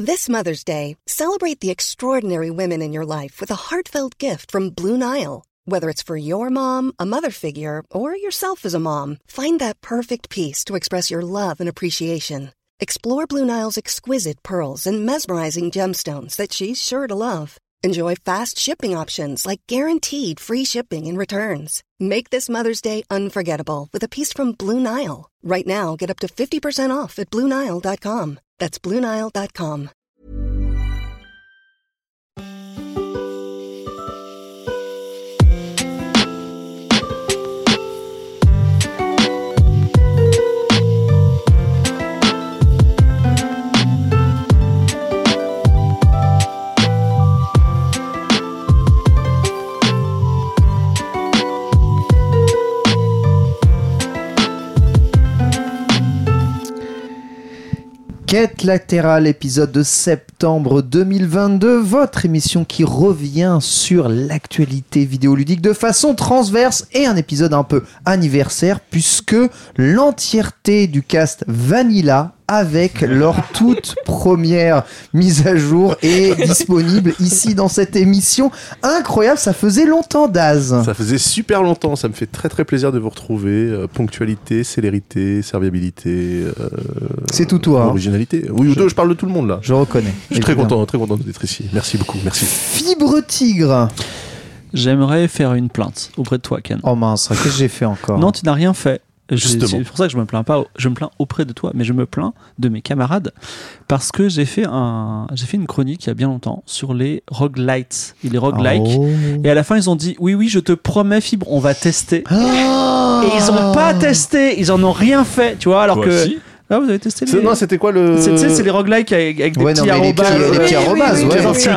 This Mother's Day, celebrate the extraordinary women in your life with a heartfelt gift from Blue Nile. Whether it's for your mom, a mother figure, or yourself as a mom, find that perfect piece to express your love and appreciation. Explore Blue Nile's exquisite pearls and mesmerizing gemstones that she's sure to love. Enjoy fast shipping options like guaranteed free shipping and returns. Make this Mother's Day unforgettable with a piece from Blue Nile. Right now, get up to 50% off at BlueNile.com. That's BlueNile.com. Quête latérale, épisode de septembre 2022, votre émission qui revient sur l'actualité vidéoludique de façon transverse et un épisode un peu anniversaire puisque l'entièreté du cast Vanilla avec leur toute première mise à jour est disponible ici dans cette émission. Incroyable, ça faisait longtemps Daz. Ça faisait super longtemps, ça me fait très très plaisir de vous retrouver. Ponctualité, célérité, serviabilité. C'est tout toi. Originalité. Oui, je parle de tout le monde là. Je reconnais. Je suis très content d'être ici. Merci beaucoup, merci. Fibre Tigre. J'aimerais faire une plainte auprès de toi, Ken. Oh mince, qu'est-ce que j'ai fait encore ? Non, tu n'as rien fait. Justement. C'est pour ça que je me plains pas. Je me plains auprès de toi, mais je me plains de mes camarades parce que j'ai fait une chronique il y a bien longtemps sur les roguelites et les roguelikes. Oh. Et à la fin, ils ont dit oui, je te promets, Fibre, on va tester. Oh. Et ils ont pas testé, ils en ont rien fait, tu vois, alors Toi que. aussi. Ah, vous avez testé les... Non, c'était quoi le... C'est les roguelikes avec des petits arrobas. Les petits arrobas, ouais.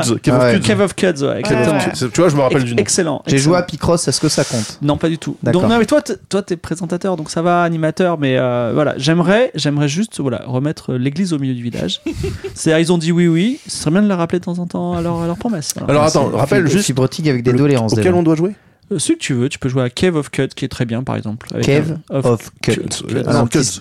Cave of Cuds, ouais, exactement. Tu vois, je me rappelle du nom. Excellent. J'ai joué à Picross, est-ce que ça compte ? Non, pas du tout. D'accord. Donc, non, mais toi, t'es présentateur, donc ça va, animateur, mais voilà, j'aimerais juste remettre l'église au milieu du village. C'est-à-dire, ils ont dit oui, ce serait bien de la rappeler de temps en temps à leur promesse. Voilà. Alors attends, rappelle juste Fibre Tigre avec des doléances. auquel on doit jouer. Celui que tu veux, tu peux jouer à Cave of Cuds, qui est très bien, par exemple. Avec Cave of Cuds. Ah non, Cuds.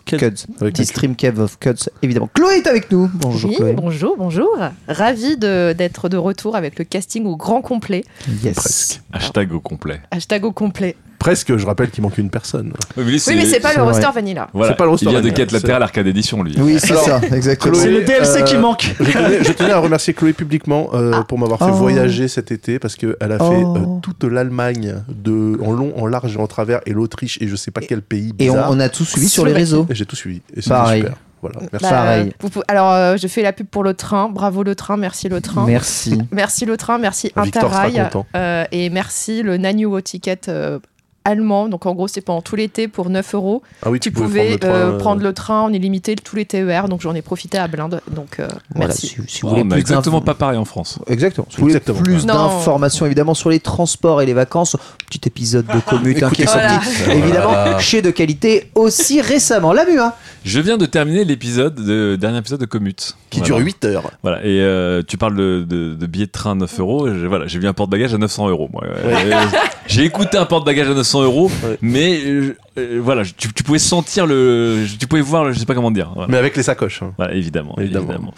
Petit stream Cave of Cuds, évidemment. Chloé est avec nous. Bonjour Oui, Chloé. bonjour. Ravi d'être de retour avec le casting au grand complet. Yes. Presque. Hashtag au complet. Hashtag au complet. Presque, je rappelle qu'il manque une personne. Oui, Oui, mais c'est pas c'est le vrai. roster Vanilla. Voilà. C'est pas le roster Il vient de Vanilla, Quête latérale Arcade Edition, lui. Oui, c'est Alors, ça, exactement. Chloé, C'est le DLC qui manque. Je tenais à remercier Chloé publiquement pour m'avoir fait voyager cet été parce qu'elle a fait toute l'Allemagne en long, en large et en travers et l'Autriche et je sais pas quel pays Et bizarre. on a tout suivi sur les réseaux. Et j'ai tout suivi. Et c'était Pareil. super. Voilà, merci. Pareil. Alors, je fais la pub pour le train. Bravo le train, merci le train. Merci. Merci le train, merci Victor sera Interrail. content. Et merci le Nanu Ticket allemand. Donc en gros, c'est pendant tout l'été pour 9 €. Ah oui, Tu pouvais pouvais prendre le train en illimité, tous les TER. Donc j'en ai profité à blinde. Donc Voilà, merci. si vous Oh, voulez on a plus exactement d'infos- pas pareil en France. Exactement. Si vous voulez Exactement. plus Non. d'informations évidemment sur les transports et les vacances, petit épisode de Commute qui est Voilà. sorti évidemment chez de qualité aussi récemment. La MUA. Je viens de terminer dernier épisode de Commute. qui Voilà. dure 8 heures. Voilà, et tu parles de billets de train à 9 €. J'ai vu un porte-bagages à 900 €. Moi. J'ai écouté un porte-bagages à 900 €, Ouais. mais voilà, tu pouvais sentir tu pouvais voir, je sais pas comment dire. Voilà, Mais avec les sacoches. Hein. Voilà, évidemment. Évidemment.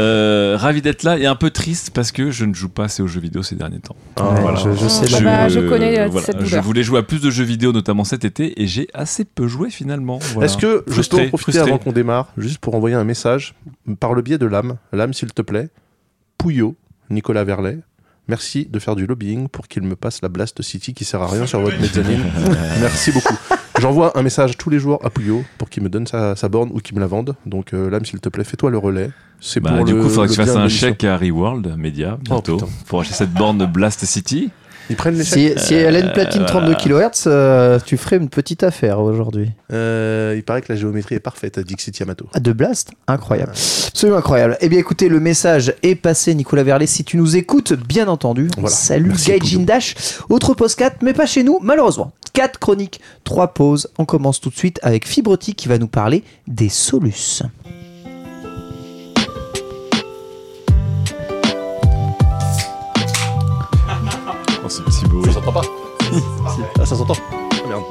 Ravi d'être là et un peu triste parce que je ne joue pas assez aux jeux vidéo ces derniers temps. Ah, Ouais, voilà. je sais. Je connais cette Je douleur. voulais jouer à plus de jeux vidéo, notamment cet été, et j'ai assez peu joué finalement. Voilà. Est-ce que je peux Frustré, en profiter frustré. avant qu'on démarre, juste pour envoyer un message par le biais de l'âme, s'il te plaît, Pouillot, Nicolas Verlet, merci de faire du lobbying pour qu'il me passe la Blast City qui sert à rien sur votre mezzanine. Merci beaucoup. J'envoie un message tous les jours à Pouillot pour qu'il me donne sa borne ou qu'il me la vende. Donc l'âme, s'il te plaît, fais-toi le relais. C'est Bah, pour du coup, il faudra que le tu fasses bien de un l'émission. chèque à Reworld Media bientôt putain. pour acheter cette borne Blast City. Ils prennent les chèques. Si elle a une platine 32 kHz, tu ferais une petite affaire aujourd'hui. Il paraît que la géométrie est parfaite à Dixit Yamato. De Blast, incroyable. Absolument incroyable. Eh bien écoutez, le message est passé, Nicolas Verlet. Si tu nous écoutes, bien entendu, Voilà. salut Merci, Gaijin Pouillot. Dash. Autre pause 4, mais pas chez nous, malheureusement. 4 chroniques, 3 pauses. On commence tout de suite avec Fibroti qui va nous parler des Solus. Oh, ce petit beau. Ça s'entend pas. Ah, ça s'entend. Ah, merde.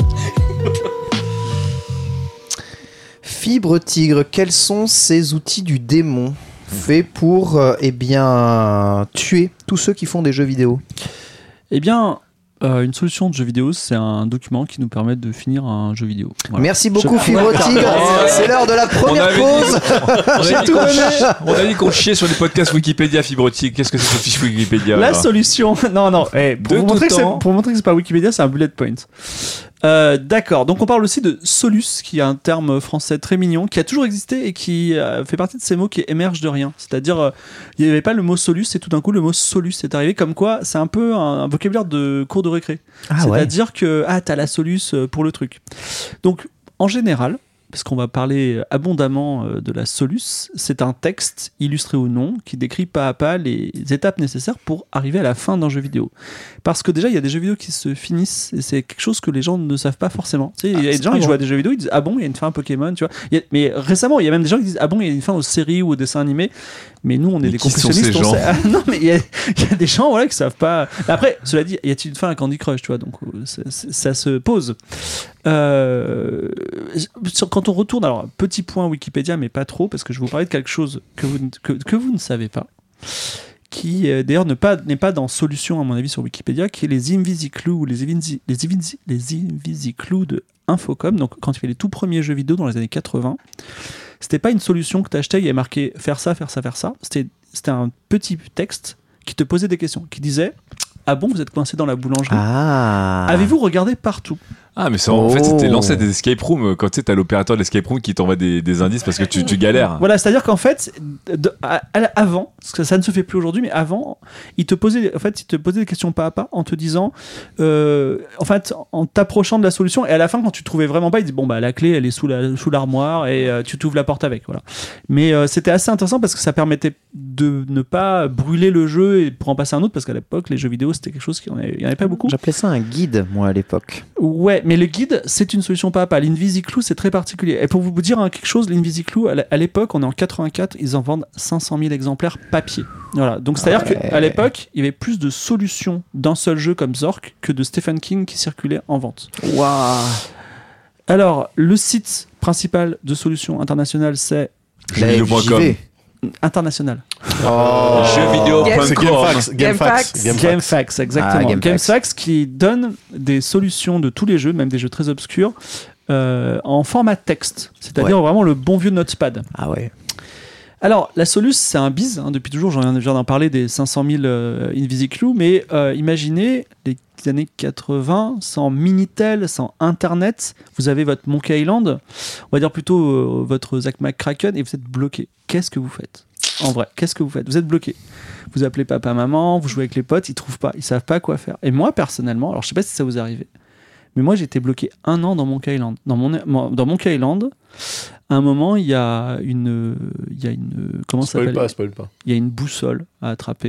Fibre Tigre, quels sont ces outils du démon fait pour tuer tous ceux qui font des jeux vidéo? Eh bien, une solution de jeu vidéo, c'est un document qui nous permet de finir un jeu vidéo. Voilà. Merci beaucoup, Fibre Tigre. C'est l'heure de la première pause. On a dit qu'on chiait sur les podcasts Wikipédia Fibre Tigre. Qu'est-ce que c'est cette fiche Wikipédia La là solution. Non. Pour vous montrer que c'est pas Wikipédia, c'est un bullet point. D'accord. Donc on parle aussi de solus, qui est un terme français très mignon, qui a toujours existé et qui fait partie de ces mots qui émergent de rien. C'est-à-dire, il n'y avait pas le mot solus et tout d'un coup le mot solus est arrivé. Comme quoi, c'est un peu un vocabulaire de cours de récré. C'est-à-dire que t'as la solus pour le truc. Donc en général, parce qu'on va parler abondamment de la solus, c'est un texte, illustré ou non, qui décrit pas à pas les étapes nécessaires pour arriver à la fin d'un jeu vidéo. Parce que déjà, il y a des jeux vidéo qui se finissent, et c'est quelque chose que les gens ne savent pas forcément. Tu sais, il y a des gens qui jouent à des jeux vidéo, ils disent « Ah bon, il y a une fin à Pokémon », tu vois. Mais récemment, il y a même des gens qui disent « Ah bon, il y a une fin aux séries ou aux dessins animés ». Mais nous, on est des complétionnistes. Non, mais il y a des gens qui savent pas. Après, cela dit, y a-t-il une fin à Candy Crush, tu vois, donc ça se pose. Quand on retourne, alors petit point Wikipédia, mais pas trop, parce que je vais vous parler de quelque chose que vous ne savez pas, qui d'ailleurs n'est pas dans solution à mon avis sur Wikipédia, qui est les Invisiclous ou les Invisiclous de Infocom. Donc quand il y avait les tout premiers jeux vidéo dans les années 80, c'était pas une solution que tu achetais, il y avait marqué faire ça. C'était un petit texte qui te posait des questions, qui disait « Ah bon, vous êtes coincé dans la boulangerie. Avez-vous regardé partout ?» Ah, mais en fait, c'était l'ancêtre des escape rooms. Quand tu sais, t'as l'opérateur de l'escape room qui t'envoie des indices parce que tu galères. Voilà, c'est-à-dire qu'en fait, avant, parce que ça ne se fait plus aujourd'hui, mais avant, il te posait des questions pas à pas en te disant, en fait, en t'approchant de la solution, et à la fin, quand tu trouvais vraiment pas, il dit bon, bah, la clé, elle est sous l'armoire et tu t'ouvres la porte avec. Voilà. Mais c'était assez intéressant parce que ça permettait de ne pas brûler le jeu et pour en passer à un autre, parce qu'à l'époque, les jeux vidéo, c'était quelque chose il n'y en avait pas beaucoup. J'appelais ça un guide, moi, à l'époque. Ouais, mais le guide, c'est une solution pas à pas. L'Invisiclou, c'est très particulier. Et pour vous dire quelque chose, l'Invisiclou, à l'époque, on est en 84, ils en vendent 500 000 exemplaires papier. Voilà. Donc, c'est-à-dire qu'à l'époque, il y avait plus de solutions d'un seul jeu comme Zork que de Stephen King qui circulaient en vente. Waouh. Alors, le site principal de solutions internationales, c'est jeuxvideo.com. International. Jeuxvideo.com. GameFAQs, exactement. GameFAQs qui donne des solutions de tous les jeux, même des jeux très obscurs, en format texte. C'est-à-dire vraiment le bon vieux Notepad. Ah ouais. Alors, la Solus, c'est un bise. Depuis toujours, je viens d'en parler des 500 000 Invisiclous, mais imaginez les années 80, sans Minitel, sans Internet, vous avez votre Monkey Island, on va dire plutôt votre Zack McCracken, et vous êtes bloqué. Qu'est-ce que vous faites ? En vrai, qu'est-ce que vous faites ? Vous êtes bloqué. Vous appelez papa, maman, vous jouez avec les potes, ils trouvent pas, ils savent pas quoi faire. Et moi, personnellement, alors je sais pas si ça vous est arrivé, mais moi, j'étais bloqué 1 an dans Monkey Island. Dans Monkey Island, à un moment, il y a une comment ça s'appelle ? Spoil pas. Il y a une boussole à attraper.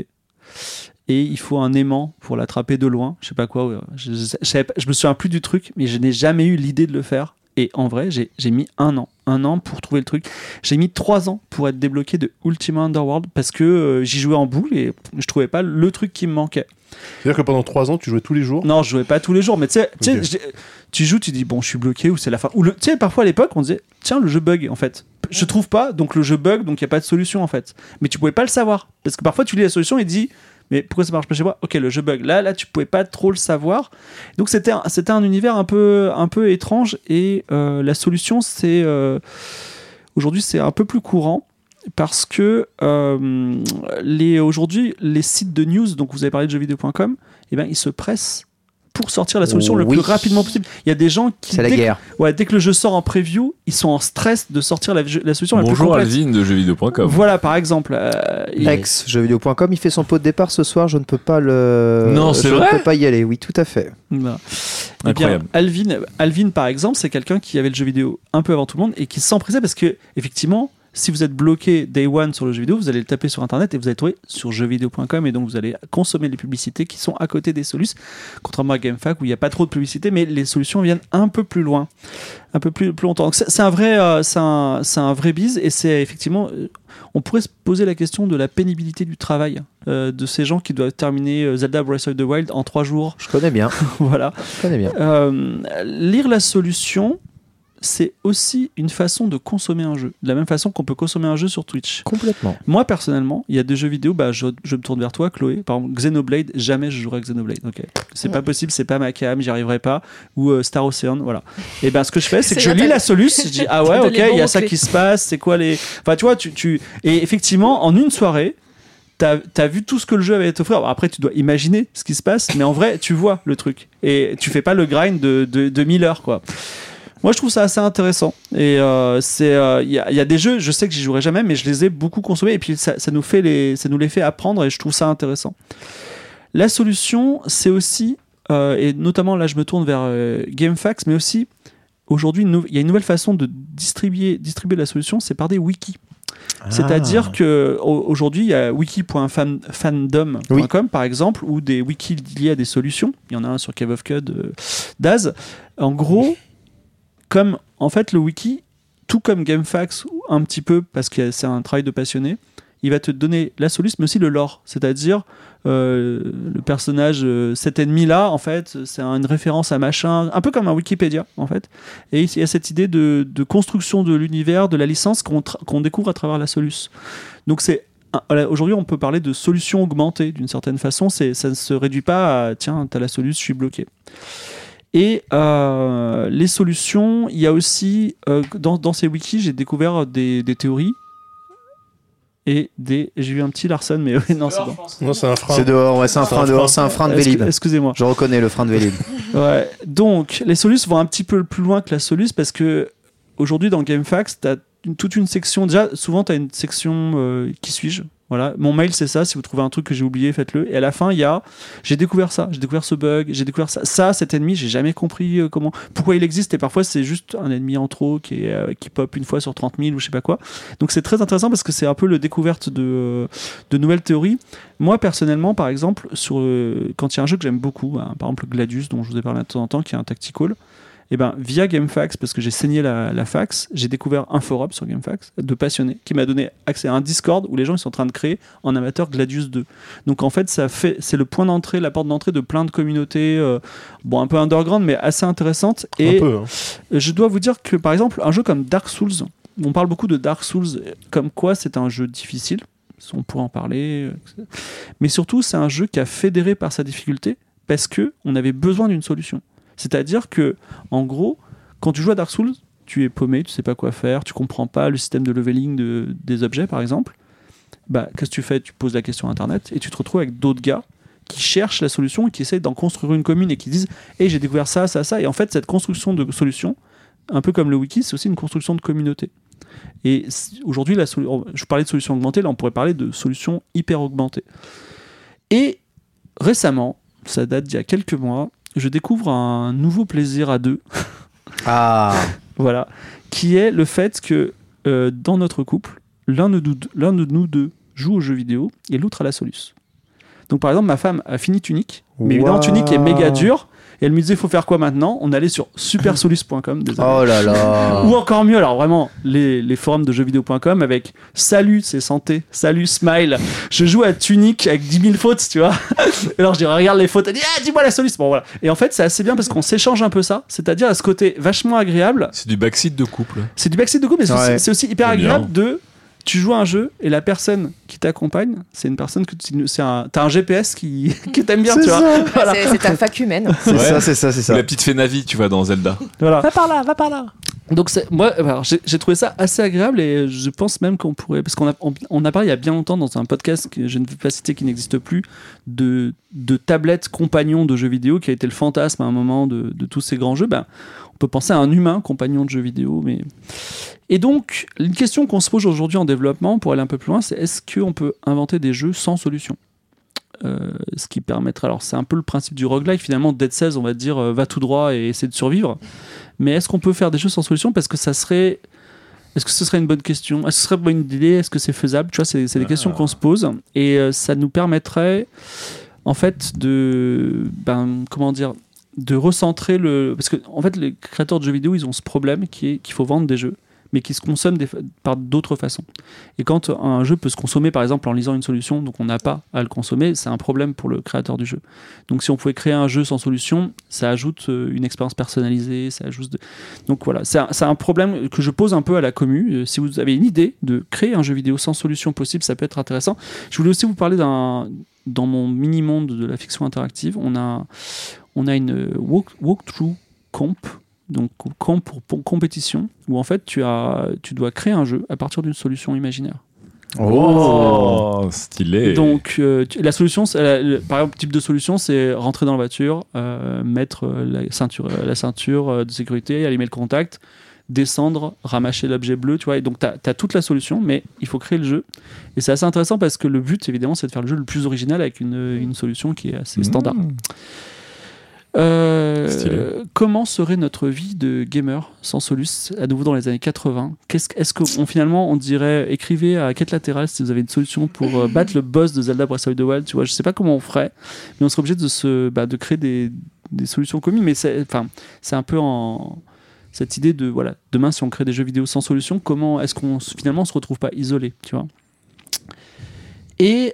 Et il faut un aimant pour l'attraper de loin. Je sais pas quoi. Je me souviens plus du truc, mais je n'ai jamais eu l'idée de le faire. Et en vrai, j'ai mis 1 an. 1 an pour trouver le truc. J'ai mis 3 ans pour être débloqué de Ultima Underworld parce que j'y jouais en boule et je trouvais pas le truc qui me manquait. C'est-à-dire que pendant 3 ans, tu jouais tous les jours ? Non, je jouais pas tous les jours, mais tu sais, tu joues, tu dis bon, je suis bloqué ou c'est la fin. Ou tu sais, parfois à l'époque, on disait tiens, le jeu bug en fait. Je trouve pas, donc le jeu bug, donc il y a pas de solution en fait. Mais tu pouvais pas le savoir parce que parfois tu lis la solution et tu dis mais pourquoi ça marche pas chez moi ? Ok, le jeu bug. Là, tu pouvais pas trop le savoir. Donc c'était un univers un peu étrange et la solution, c'est aujourd'hui c'est un peu plus courant parce que aujourd'hui les sites de news, donc vous avez parlé de jeuxvideo.com, eh ben ils se pressent pour sortir la solution le plus rapidement possible. Il y a des gens qui c'est la guerre. Dès que le jeu sort en preview, ils sont en stress de sortir la solution la plus complète. Bonjour Alvin de jeuxvideo.com. Voilà, par exemple. Jeuxvideo.com, il fait son pot de départ ce soir, je ne peux pas le. Non, c'est vrai. Je ne peux pas y aller. Oui, tout à fait. Voilà. Incroyable. Eh bien, Alvin, par exemple, c'est quelqu'un qui avait le jeu vidéo un peu avant tout le monde et qui s'empressait parce que effectivement, si vous êtes bloqué day one sur le jeu vidéo, vous allez le taper sur internet et vous allez trouver sur jeuxvideo.com et donc vous allez consommer les publicités qui sont à côté des solutions, contrairement à GameFAQ où il n'y a pas trop de publicité, mais les solutions viennent un peu plus loin, un peu plus longtemps. Donc c'est un vrai bise et c'est effectivement, on pourrait se poser la question de la pénibilité du travail de ces gens qui doivent terminer Zelda Breath of the Wild en 3 jours. Je connais bien. Voilà. Je connais bien. Lire la solution. c'est aussi une façon de consommer un jeu. De la même façon qu'on peut consommer un jeu sur Twitch. Complètement. Moi, personnellement, il y a des jeux vidéo, je me tourne vers toi, Chloé. Par exemple, Xenoblade, jamais je jouerai à Xenoblade. Okay. C'est pas possible, c'est pas ma cam, j'y arriverai pas. Ou Star Ocean, voilà. Et ce que je fais, c'est que je lis la soluce, je dis, ah ouais, ok, il y a ça qui se passe, c'est quoi les. Enfin, tu vois, Et effectivement, en une soirée, t'as vu tout ce que le jeu avait à t'offrir. Après, tu dois imaginer ce qui se passe, mais en vrai, tu vois le truc. Et tu fais pas le grind de 1000 heures, quoi. Moi, je trouve ça assez intéressant. Et il y a des jeux, je sais que j'y jouerai jamais, mais je les ai beaucoup consommés. Et puis, ça nous les fait apprendre, et je trouve ça intéressant. La solution, c'est aussi, et notamment là, je me tourne vers GameFAQs, mais aussi, aujourd'hui, il y a une nouvelle façon de distribuer la solution, c'est par des wikis. C'est-à-dire qu'aujourd'hui, il y a wiki.fandom.com par exemple, ou des wikis liés à des solutions. Il y en a un sur Cave of Code d'Az. En gros, comme en fait le wiki, tout comme GameFAQs, un petit peu, parce que c'est un travail de passionné, il va te donner la solution, mais aussi le lore. C'est-à-dire, le personnage, cet ennemi-là, en fait, c'est une référence à machin, un peu comme un Wikipédia, en fait. Et il y a cette idée de construction de l'univers, de la licence qu'on découvre à travers la solution. Donc, aujourd'hui, on peut parler de solution augmentée, d'une certaine façon. Ça ne se réduit pas à, tiens, t'as la solution, je suis bloqué. Et les solutions, il y a aussi, dans ces wikis, j'ai découvert des théories. Et j'ai eu un petit Larson, mais non, c'est bon. Non, c'est un frein. C'est dehors, ouais, c'est un frein dehors, c'est un frein de Vélib. Excusez-moi. Je reconnais le frein de Vélib. Ouais. Donc, les solutions vont un petit peu plus loin que la solution parce que aujourd'hui, dans GameFAQs, tu as toute une section. Déjà, souvent, tu as une section qui suis-je. Voilà, mon mail c'est ça, si vous trouvez un truc que j'ai oublié, faites-le. Et à la fin, il y a j'ai découvert ça, j'ai découvert ce bug, j'ai découvert ça, cet ennemi, j'ai jamais compris pourquoi il existe, et parfois c'est juste un ennemi en trop qui pop une fois sur 30 000 ou je sais pas quoi. Donc c'est très intéressant parce que c'est un peu le découverte de nouvelles théories. Moi personnellement, par exemple, quand il y a un jeu que j'aime beaucoup, par exemple Gladius, dont je vous ai parlé de temps en temps, qui est un tactical, et via GameFAQs, parce que j'ai saigné la fax, j'ai découvert un forum sur GameFAQs de passionnés qui m'a donné accès à un Discord où les gens ils sont en train de créer en amateur Gladius 2. Donc en fait, c'est le point d'entrée, la porte d'entrée de plein de communautés, un peu underground, mais assez intéressantes. Et je dois vous dire que par exemple, un jeu comme Dark Souls, on parle beaucoup de Dark Souls comme quoi c'est un jeu difficile, on pourrait en parler, mais surtout c'est un jeu qui a fédéré par sa difficulté parce qu'on avait besoin d'une solution. C'est-à-dire que, en gros, quand tu joues à Dark Souls, tu es paumé, tu sais pas quoi faire, tu comprends pas le système de leveling des objets, par exemple. Qu'est-ce que tu fais ? Tu poses la question à Internet et tu te retrouves avec d'autres gars qui cherchent la solution et qui essayent d'en construire une commune et qui disent « Hey, j'ai découvert ça, ça, ça ». Et en fait, cette construction de solution, un peu comme le wiki, c'est aussi une construction de communauté. Et aujourd'hui, je parlais de solution augmentée, là on pourrait parler de solution hyper augmentée. Et récemment, ça date d'il y a quelques mois, je découvre un nouveau plaisir à deux. Ah. Voilà. Qui est le fait que dans notre couple, l'un de nous deux joue aux jeux vidéo et l'autre à la solution. Donc par exemple, ma femme a fini Tunic, mais évidemment Tunic est méga dur. Et elle me disait, il faut faire quoi maintenant ? On allait sur supersolus.com. Oh là là. Ou encore mieux, alors vraiment, les forums de jeuxvideo.com avec salut, c'est santé, salut, smile. Je joue à Tunic avec 10 000 fautes, tu vois. Et alors je dis, regarde les fautes, elle dit, dis-moi la solution. Bon, voilà. Et en fait, c'est assez bien parce qu'on s'échange un peu ça, c'est-à-dire à ce côté vachement agréable. C'est du backseat de couple. C'est du backseat de couple, mais c'est aussi hyper agréable de. Tu joues à un jeu et la personne qui t'accompagne, c'est une personne t'as un GPS qui t'aime bien, tu vois. Voilà. C'est ta fac humaine. C'est ça. La petite fée Navi, tu vois, dans Zelda. Voilà. Va par là. Donc moi, alors, j'ai trouvé ça assez agréable et je pense même qu'on pourrait, parce qu'on a parlé il y a bien longtemps dans un podcast que je ne vais pas citer, qui n'existe plus, de tablettes compagnons de jeux vidéo, qui a été le fantasme à un moment de tous ces grands jeux. On peut penser à un humain compagnon de jeux vidéo, mais... Et donc, une question qu'on se pose aujourd'hui en développement, pour aller un peu plus loin, c'est est-ce qu'on peut inventer des jeux sans solution ? Ce qui permettrait... Alors, c'est un peu le principe du roguelike, finalement, Dead Cells, on va dire, va tout droit et essaie de survivre. Mais est-ce qu'on peut faire des jeux sans solution ? Parce que ça serait... Est-ce que ce serait une bonne question ? Est-ce que ce serait une bonne idée ? Est-ce que c'est faisable ? Tu vois, c'est des questions qu'on se pose. Et ça nous permettrait, en fait, de recentrer parce que en fait les créateurs de jeux vidéo ils ont ce problème qui est qu'il faut vendre des jeux, mais qui se consomment par d'autres façons. Et quand un jeu peut se consommer, par exemple, en lisant une solution, donc on n'a pas à le consommer, c'est un problème pour le créateur du jeu. Donc si on pouvait créer un jeu sans solution, ça ajoute une expérience personnalisée, ça ajoute... Donc voilà, c'est un problème que je pose un peu à la commu. Si vous avez une idée de créer un jeu vidéo sans solution possible, ça peut être intéressant. Je voulais aussi vous parler dans mon mini-monde de la fiction interactive, on a une walkthrough comp, donc camp pour compétition, où en fait tu dois créer un jeu à partir d'une solution imaginaire. Oh, stylé. Donc la solution, par exemple, type de solution, c'est rentrer dans la voiture, mettre la ceinture de sécurité, allumer le contact, descendre, ramasser l'objet bleu, tu vois. Et donc t'as toute la solution, mais il faut créer le jeu. Et c'est assez intéressant parce que le but, évidemment, c'est de faire le jeu le plus original avec une solution qui est assez standard. Comment serait notre vie de gamer sans Solus à nouveau dans les années 80? Est-ce qu'on finalement on dirait écrivez à quête latérale si vous avez une solution pour battre le boss de Zelda Breath of the Wild, tu vois? Je sais pas comment on ferait, mais on serait obligé de créer des solutions communes, mais c'est un peu en cette idée de voilà, demain si on crée des jeux vidéo sans solution, comment est-ce qu'on finalement on se retrouve pas isolé, tu vois? Et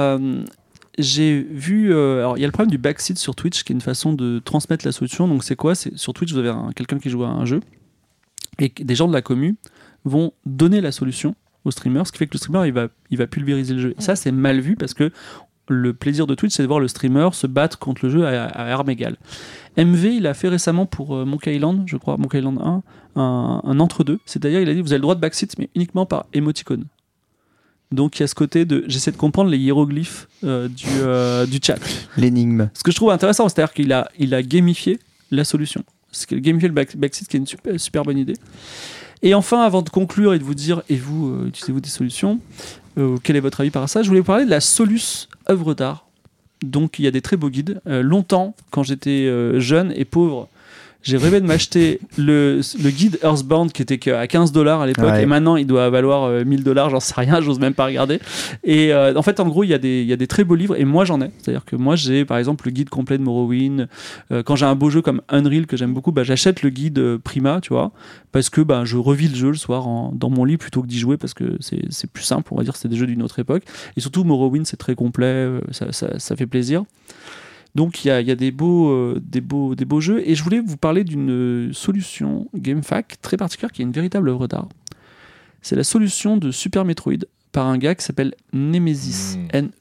j'ai vu, alors il y a le problème du backseat sur Twitch qui est une façon de transmettre la solution. Donc c'est quoi? C'est sur Twitch vous avez quelqu'un qui joue à un jeu et des gens de la commu vont donner la solution au streamer, ce qui fait que le streamer il va pulvériser le jeu. Et ça c'est mal vu parce que le plaisir de Twitch c'est de voir le streamer se battre contre le jeu à armes égales. MV il a fait récemment pour Monkey Island, je crois, Monkey Island 1, un entre-deux. C'est-à-dire il a dit vous avez le droit de backseat mais uniquement par émoticône. Donc il y a ce côté de j'essaie de comprendre les hiéroglyphes du chat. L'énigme. Ce que je trouve intéressant, c'est-à-dire qu'il a gamifié la solution. C'est gamifié le backseat qui est une super bonne idée. Et enfin, avant de conclure et de vous dire, et vous, utilisez-vous des solutions, quel est votre avis par ça? Je voulais vous parler de la Solus œuvre d'art. Donc il y a des très beaux guides. Longtemps, quand j'étais jeune et pauvre, j'ai rêvé de m'acheter le guide Earthbound qui était à $15 à l'époque, ouais. Et maintenant il doit valoir $1000, j'en sais rien, j'ose même pas regarder. Et en fait, en gros, il y a des très beaux livres et moi j'en ai. C'est-à-dire que moi j'ai par exemple le guide complet de Morrowind. Quand j'ai un beau jeu comme Unreal que j'aime beaucoup, j'achète le guide Prima, tu vois, parce que je revis le jeu le soir dans mon lit plutôt que d'y jouer parce que c'est plus simple, on va dire, c'est des jeux d'une autre époque. Et surtout Morrowind c'est très complet, ça fait plaisir. Donc il y a des beaux jeux et je voulais vous parler d'une solution GameFAQ très particulière qui est une véritable œuvre d'art. C'est la solution de Super Metroid par un gars qui s'appelle Nemesis,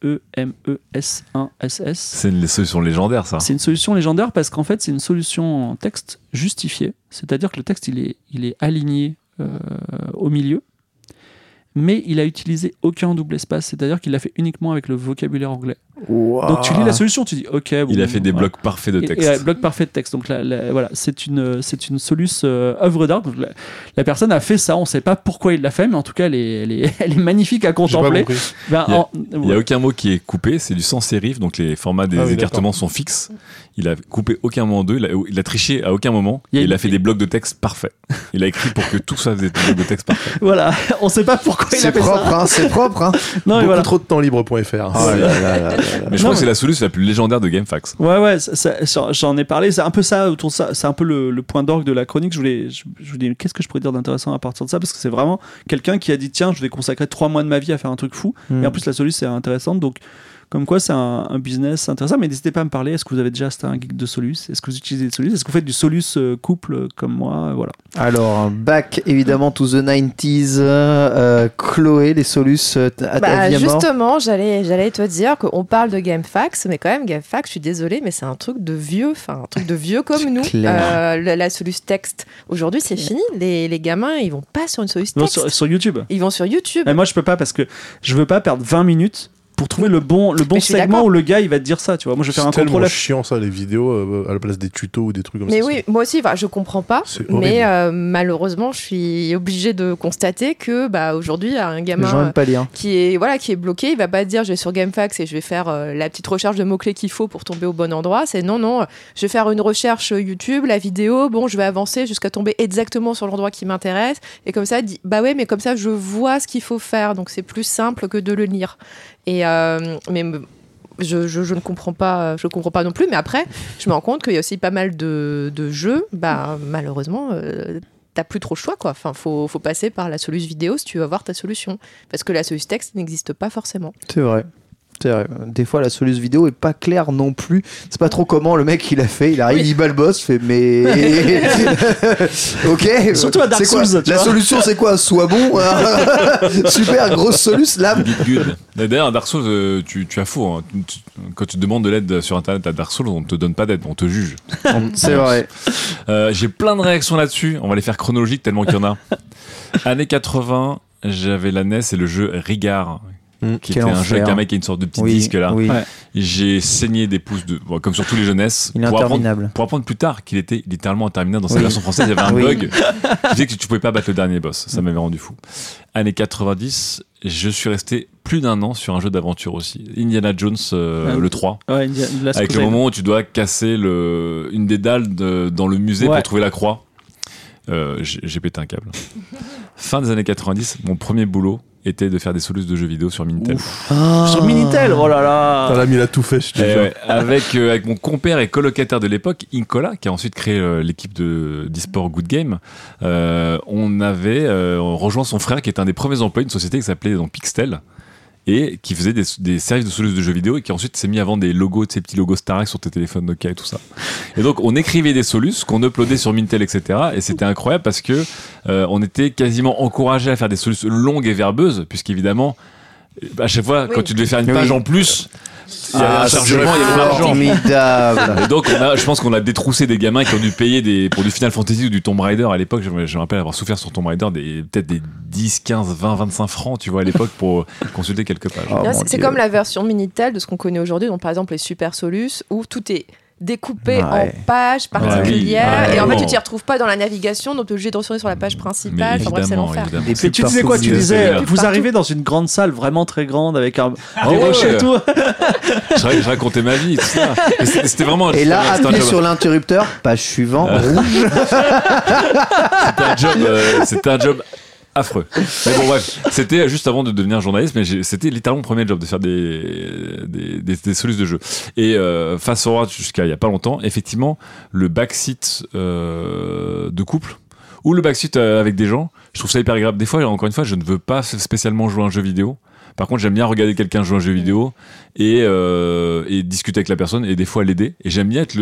Nemes1SS. C'est une solution légendaire ça. C'est une solution légendaire parce qu'en fait c'est une solution en texte justifiée, c'est-à-dire que le texte il est aligné au milieu. Mais il a utilisé aucun double espace, c'est-à-dire qu'il l'a fait uniquement avec le vocabulaire anglais. Wow. Donc tu lis la solution, tu dis ok. Bon, il a fait des blocs parfaits de texte. Et blocs parfaits de texte. Donc voilà, c'est une soluce œuvre d'art. Donc, la personne a fait ça. On ne sait pas pourquoi il l'a fait, mais en tout cas, elle est magnifique à contempler. Il n'y a aucun mot qui est coupé. C'est du sans sérif, donc les formats des écartements sont fixes. Il a coupé aucun moment d'eux. Il a triché à aucun moment. Il a fait des blocs de texte parfaits. Il a écrit pour que tout soit des blocs de texte parfaits. Voilà, on ne sait pas pourquoi il a fait ça. C'est propre, hein. Non, beaucoup trop de temps libre.fr. Mais je crois que c'est la solution la plus légendaire de GameFAQs. Ouais, j'en ai parlé. C'est un peu ça autour de ça. C'est un peu le point d'orgue de la chronique. Je voulais qu'est-ce que je pourrais dire d'intéressant à partir de ça, parce que c'est vraiment quelqu'un qui a dit tiens, je vais consacrer 3 mois de ma vie à faire un truc fou. Et en plus la solution est intéressante. Donc comme quoi c'est un business intéressant. Mais n'hésitez pas à me parler. Est-ce que vous avez déjà acheté un geek de Solus? Est-ce que vous utilisez des Solus? Est-ce que vous faites du Solus couple comme moi? Voilà. Alors back évidemment to the 90s. Chloé, les Solus justement, j'allais te dire qu'on parle de GameFAQs, mais quand même GameFAQs, je suis désolée, mais c'est un truc de vieux, comme nous. La Solus texte. Aujourd'hui, c'est fini. Les gamins, ils vont pas sur une Solus texte. Sur YouTube. Ils vont sur YouTube. Mais moi, je peux pas parce que je veux pas perdre 20 minutes pour trouver le bon segment où le gars il va te dire ça, tu vois. Moi je vais faire un contrôle. C'est chiant ça, les vidéos à la place des tutos ou des trucs comme ça. Mais oui, moi aussi, je comprends pas. Mais malheureusement, je suis obligée de constater que aujourd'hui, un gamin qui est bloqué, il va pas te dire je vais sur GameFAQs et je vais faire la petite recherche de mots-clés qu'il faut pour tomber au bon endroit. C'est non, je vais faire une recherche YouTube, la vidéo, je vais avancer jusqu'à tomber exactement sur l'endroit qui m'intéresse. Et comme ça, mais comme ça, je vois ce qu'il faut faire. Donc c'est plus simple que de le lire. Et mais je ne comprends pas, non plus. Mais après, je me rends compte qu'il y a aussi pas mal de jeux, malheureusement, t'as plus trop le choix, quoi. Enfin, faut passer par la Solus vidéo si tu veux avoir ta solution. Parce que la Solus texte n'existe pas forcément. C'est vrai. Des fois, la Solus vidéo est pas claire non plus. C'est pas trop comment le mec il a fait. Il arrive, il balbosse, fait mais. Ok. Surtout à Dark Souls. La solution, c'est quoi? Sois bon. Super grosse Solus là. Good. D'ailleurs, Dark Souls, tu as faux. Hein. Quand tu demandes de l'aide sur internet à Dark Souls, on te donne pas d'aide, on te juge. C'est vrai. J'ai plein de réactions là-dessus. On va les faire chronologiques tellement qu'il y en a. Années 80, j'avais la NES et le jeu Rigard. Qui était un jeu avec un mec qui a une sorte de petit disque là. Oui. Ouais. J'ai saigné des pouces comme sur tous les jeunesses. Il est interminable. Pour apprendre plus tard qu'il était littéralement interminable. Dans sa version française, il y avait un bug qui faisait que tu pouvais pas battre le dernier boss. Ça m'avait rendu fou. Années 90, je suis resté plus d'1 an sur un jeu d'aventure aussi. Indiana Jones, le 3. Ouais, avec le moment où tu dois casser une des dalles dans le musée pour trouver la croix. J'ai pété un câble. Fin des années 90, mon premier boulot était de faire des solus de jeux vidéo sur Minitel. Sur Minitel, oh là là. T'as l'ami, il a tout fait, je te jure. Avec mon compère et colocataire de l'époque, Incola, qui a ensuite créé l'équipe d'e-sport Good Game, on avait rejoint son frère qui était un des premiers employés d'une société qui s'appelait donc Pixtel, et qui faisait des services de solus de jeux vidéo et qui ensuite s'est mis à vendre des logos, ces petits logos Starac sur tes téléphones Nokia et tout ça. Et donc on écrivait des solus qu'on uploadait sur Minitel, etc. Et c'était incroyable parce que on était quasiment encouragé à faire des solus longues et verbeuses, puisqu'évidemment à chaque fois quand tu devais faire une page en plus, il y avait un chargement, il y avait de l'argent. Et donc je pense qu'on a détroussé des gamins qui ont dû payer pour du Final Fantasy ou du Tomb Raider à l'époque. Je me rappelle avoir souffert sur Tomb Raider peut-être des 10, 15, 20, 25 francs, tu vois, à l'époque pour consulter quelques pages. C'est comme la version Minitel de ce qu'on connaît aujourd'hui, donc par exemple les Super Solus, où tout est découpé en pages particulières et en fait tu t'y retrouves pas dans la navigation, donc tu es obligé de retourner sur la page principale. Enfin bref, c'est l'enfer. Et puis tu disais quoi? Tu disais vous arrivez dans une grande salle vraiment très grande avec un rocher et tout. Je racontais ma vie, tout ça. C'était vraiment. Et là, appuyez sur l'interrupteur, page suivante, rouge. C'était un job affreux. Mais bon bref, c'était juste avant de devenir journaliste, mais c'était littéralement mon premier job de faire des solus de jeu. Et face au jusqu'à il y a pas longtemps, effectivement, le backseat de couple ou le backseat avec des gens, je trouve ça hyper agréable. Des fois, encore une fois, je ne veux pas spécialement jouer à un jeu vidéo. Par contre, j'aime bien regarder quelqu'un jouer à un jeu vidéo et discuter avec la personne et des fois l'aider. Et j'aime bien être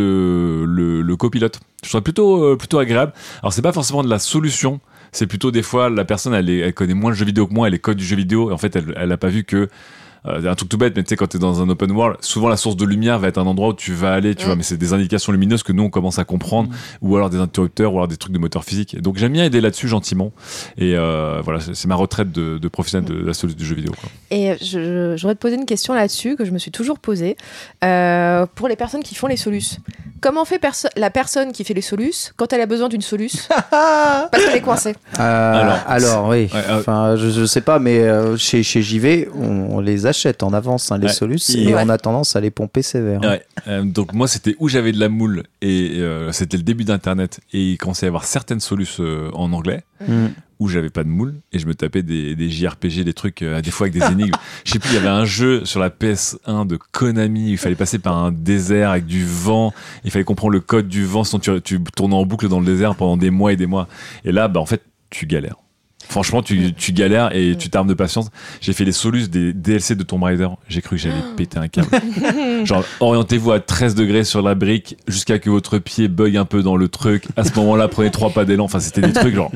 le copilote. Je trouve ça plutôt agréable. Alors, c'est pas forcément de la solution. C'est plutôt des fois la personne elle connaît moins le jeu vidéo que moi, elle est codes du jeu vidéo et en fait elle a pas vu que un truc tout bête, mais tu sais quand t'es dans un open world, souvent la source de lumière va être un endroit où tu vas aller, tu vois, mais c'est des indications lumineuses que nous on commence à comprendre, ou alors des interrupteurs, ou alors des trucs de moteur physique. Et donc j'aime bien aider là-dessus gentiment. Et voilà, c'est ma retraite de professionnel de la solution du jeu vidéo, quoi. Et je voudrais te poser une question là-dessus que je me suis toujours posée pour les personnes qui font les solus. Comment fait la personne qui fait les solus quand elle a besoin d'une solus parce qu'elle est coincée? Alors oui, enfin je sais pas, mais chez JV on les achète en avance les solus et on a tendance à les pomper sévère. Donc moi c'était où j'avais de la moule et c'était le début d'internet et il commençait à y avoir certaines solus en anglais. Où j'avais pas de moule et je me tapais des JRPG, des trucs des fois avec des énigmes. Je sais plus, il y avait un jeu sur la PS1 de Konami où il fallait passer par un désert avec du vent, il fallait comprendre le code du vent, sinon tu tournais en boucle dans le désert pendant des mois et des mois. Et là en fait tu galères. Franchement, tu galères et tu t'armes de patience. J'ai fait les solus des DLC de Tomb Raider. J'ai cru que j'allais péter un câble. Genre, orientez-vous à 13 degrés sur la brique jusqu'à que votre pied bug un peu dans le truc. À ce moment-là, prenez 3 pas d'élan. Enfin, c'était des trucs genre...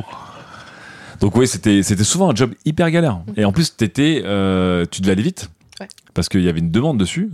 Donc oui, c'était souvent un job hyper galère. Et en plus, tu devais aller vite. Parce qu'il y avait une demande dessus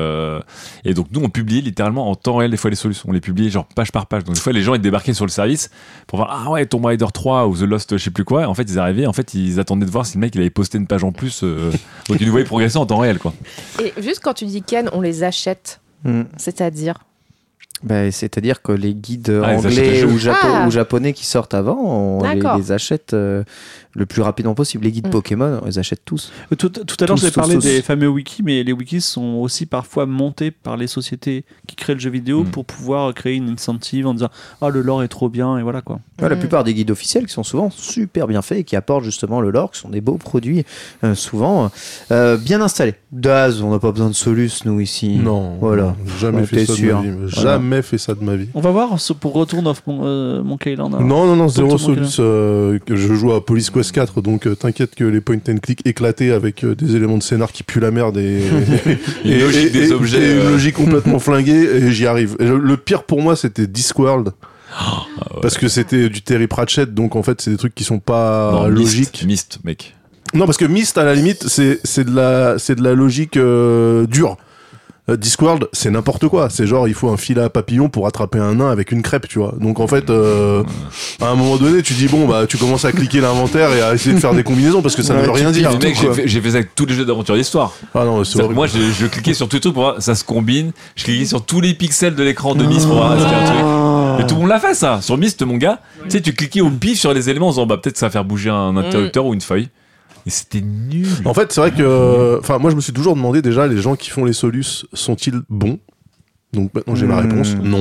et donc nous on publiait littéralement en temps réel des fois les solutions, on les publiait genre page par page, donc des fois les gens ils débarquaient sur le service pour voir Tomb Raider 3 ou The Lost je sais plus quoi, en fait ils arrivaient, en fait ils attendaient de voir si le mec il avait posté une page en plus donc ils nous voyaient progresser en temps réel quoi. Et juste quand tu dis Ken on les achète, c'est-à-dire c'est-à-dire que les guides anglais ou japonais qui sortent avant, on les achète le plus rapidement possible. Les guides Pokémon, on les achète tous. Tout à l'heure, j'ai parlé des fameux wikis, mais les wikis sont aussi parfois montés par les sociétés qui créent le jeu vidéo pour pouvoir créer une incentive en disant le lore est trop bien, et voilà quoi. La plupart des guides officiels qui sont souvent super bien faits et qui apportent justement le lore, qui sont des beaux produits, souvent bien installés. Daz, on n'a pas besoin de solus, nous ici. Non, voilà. Jamais fait ça de ma vie. jamais fait ça de ma vie. On va voir pour Return of Monkey Island. Non, zéro Solus. Je joue à Police Quest 4, donc t'inquiète que les point and click éclatés avec des éléments de scénar qui puent la merde et une logique des objets, et une logique complètement flinguée, et j'y arrive. Et le pire pour moi, c'était Discworld. Parce que c'était du Terry Pratchett, donc en fait, c'est des trucs qui sont pas logiques. Myst, mec. Non, parce que Myst, à la limite, c'est de la logique dure. Discworld, c'est n'importe quoi. C'est genre, il faut un fil à papillon pour attraper un nain avec une crêpe, tu vois. Donc en fait, à un moment donné, tu dis bon, bah, tu commences à cliquer l'inventaire et à essayer de faire des combinaisons parce que ça ne veut rien dire. Mec, j'ai fait ça avec tous les jeux d'aventure d'histoire. Ah non, c'est horrible. Moi, je cliquais sur tous les trucs pour voir, ça se combine. Je cliquais sur tous les pixels de l'écran de Myst pour voir est-ce qu'il y a un truc. Et tout le monde l'a fait, ça. Sur Myst, mon gars, tu sais, tu cliquais au pif sur les éléments en disant, bah, peut-être ça va faire bouger un interrupteur ou une feuille. Et c'était nul. En fait, c'est vrai que, moi, je me suis toujours demandé déjà, les gens qui font les Solus sont-ils bons? Donc maintenant j'ai ma réponse, non.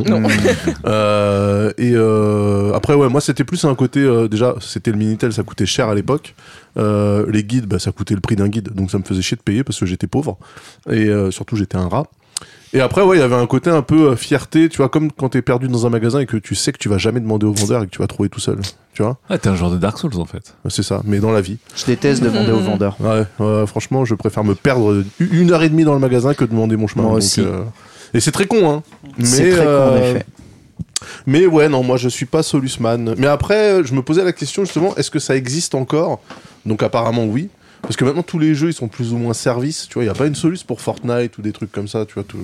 Après ouais, moi c'était plus un côté déjà c'était le Minitel, ça coûtait cher à l'époque. Les guides, bah ça coûtait le prix d'un guide, donc ça me faisait chier de payer parce que j'étais pauvre et surtout j'étais un rat. Et après ouais, il y avait un côté un peu fierté, tu vois, comme quand t'es perdu dans un magasin et que tu sais que tu vas jamais demander au vendeur et que tu vas trouver tout seul, tu vois. Ouais, t'es un genre de Dark Souls en fait. C'est ça, mais dans la vie. Je déteste demander au vendeur. Ouais, franchement, je préfère me perdre 1h30 dans le magasin que demander mon chemin. Moi donc, aussi. Et c'est très con, hein. C'est très con, en effet. Mais ouais, non, moi je suis pas Solusman. Mais après, je me posais la question justement, est-ce que ça existe encore? Donc apparemment oui. Parce que maintenant tous les jeux ils sont plus ou moins services, tu vois, il y a pas une Solus pour Fortnite ou des trucs comme ça, tu vois.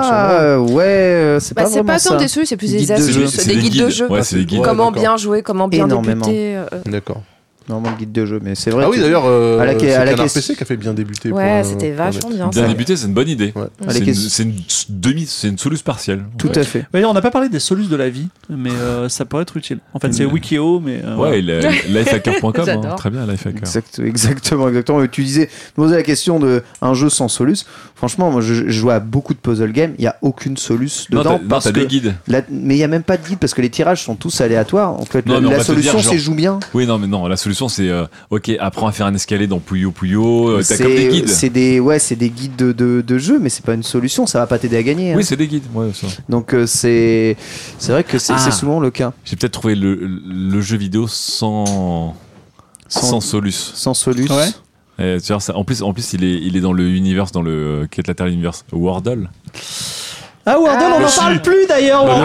C'est pas vraiment tant ça. des Solus, c'est plus des astuces, des guides de jeu. Ouais, c'est des guides. Comment bien jouer, comment bien débuter. D'accord. Normalement le guide de jeu, mais c'est vrai. Ah oui, d'ailleurs, c'est Canard caisse... PC qui a fait bien débuter. Ouais, c'était vachement bien. Bien débuter, c'est une bonne idée. Ouais. C'est une Solus partielle. Tout à fait. On n'a pas parlé des Solus de la vie, mais ça pourrait être utile. En fait, c'est Wikio, mais. Ouais, lifehacker.com, hein, très bien, lifehacker. Exactement. Tu disais, tu posais la question de un jeu sans Solus. Franchement, moi, je joue à beaucoup de puzzle games. Il y a aucune Solus dedans. Non, t'as des guides. Mais il y a même pas de guide parce que les tirages sont tous aléatoires. En fait, la solution, c'est joue bien. Oui, non, mais non, la solution, c'est ok, apprends à faire un escalier dans Puyo Puyo. T'as comme des guides. C'est des guides de jeu, mais c'est pas une solution. Ça va pas t'aider à gagner. Oui, c'est des guides. Ouais, ça. Donc c'est vrai que c'est souvent le cas. J'ai peut-être trouvé le jeu vidéo sans Solus. Sans Solus. Ouais. Et, tu vois, ça, en plus, il est dans le Universe, dans le Quête Universe Wordle. Ah, Wordle, on n'en parle plus d'ailleurs. On n'en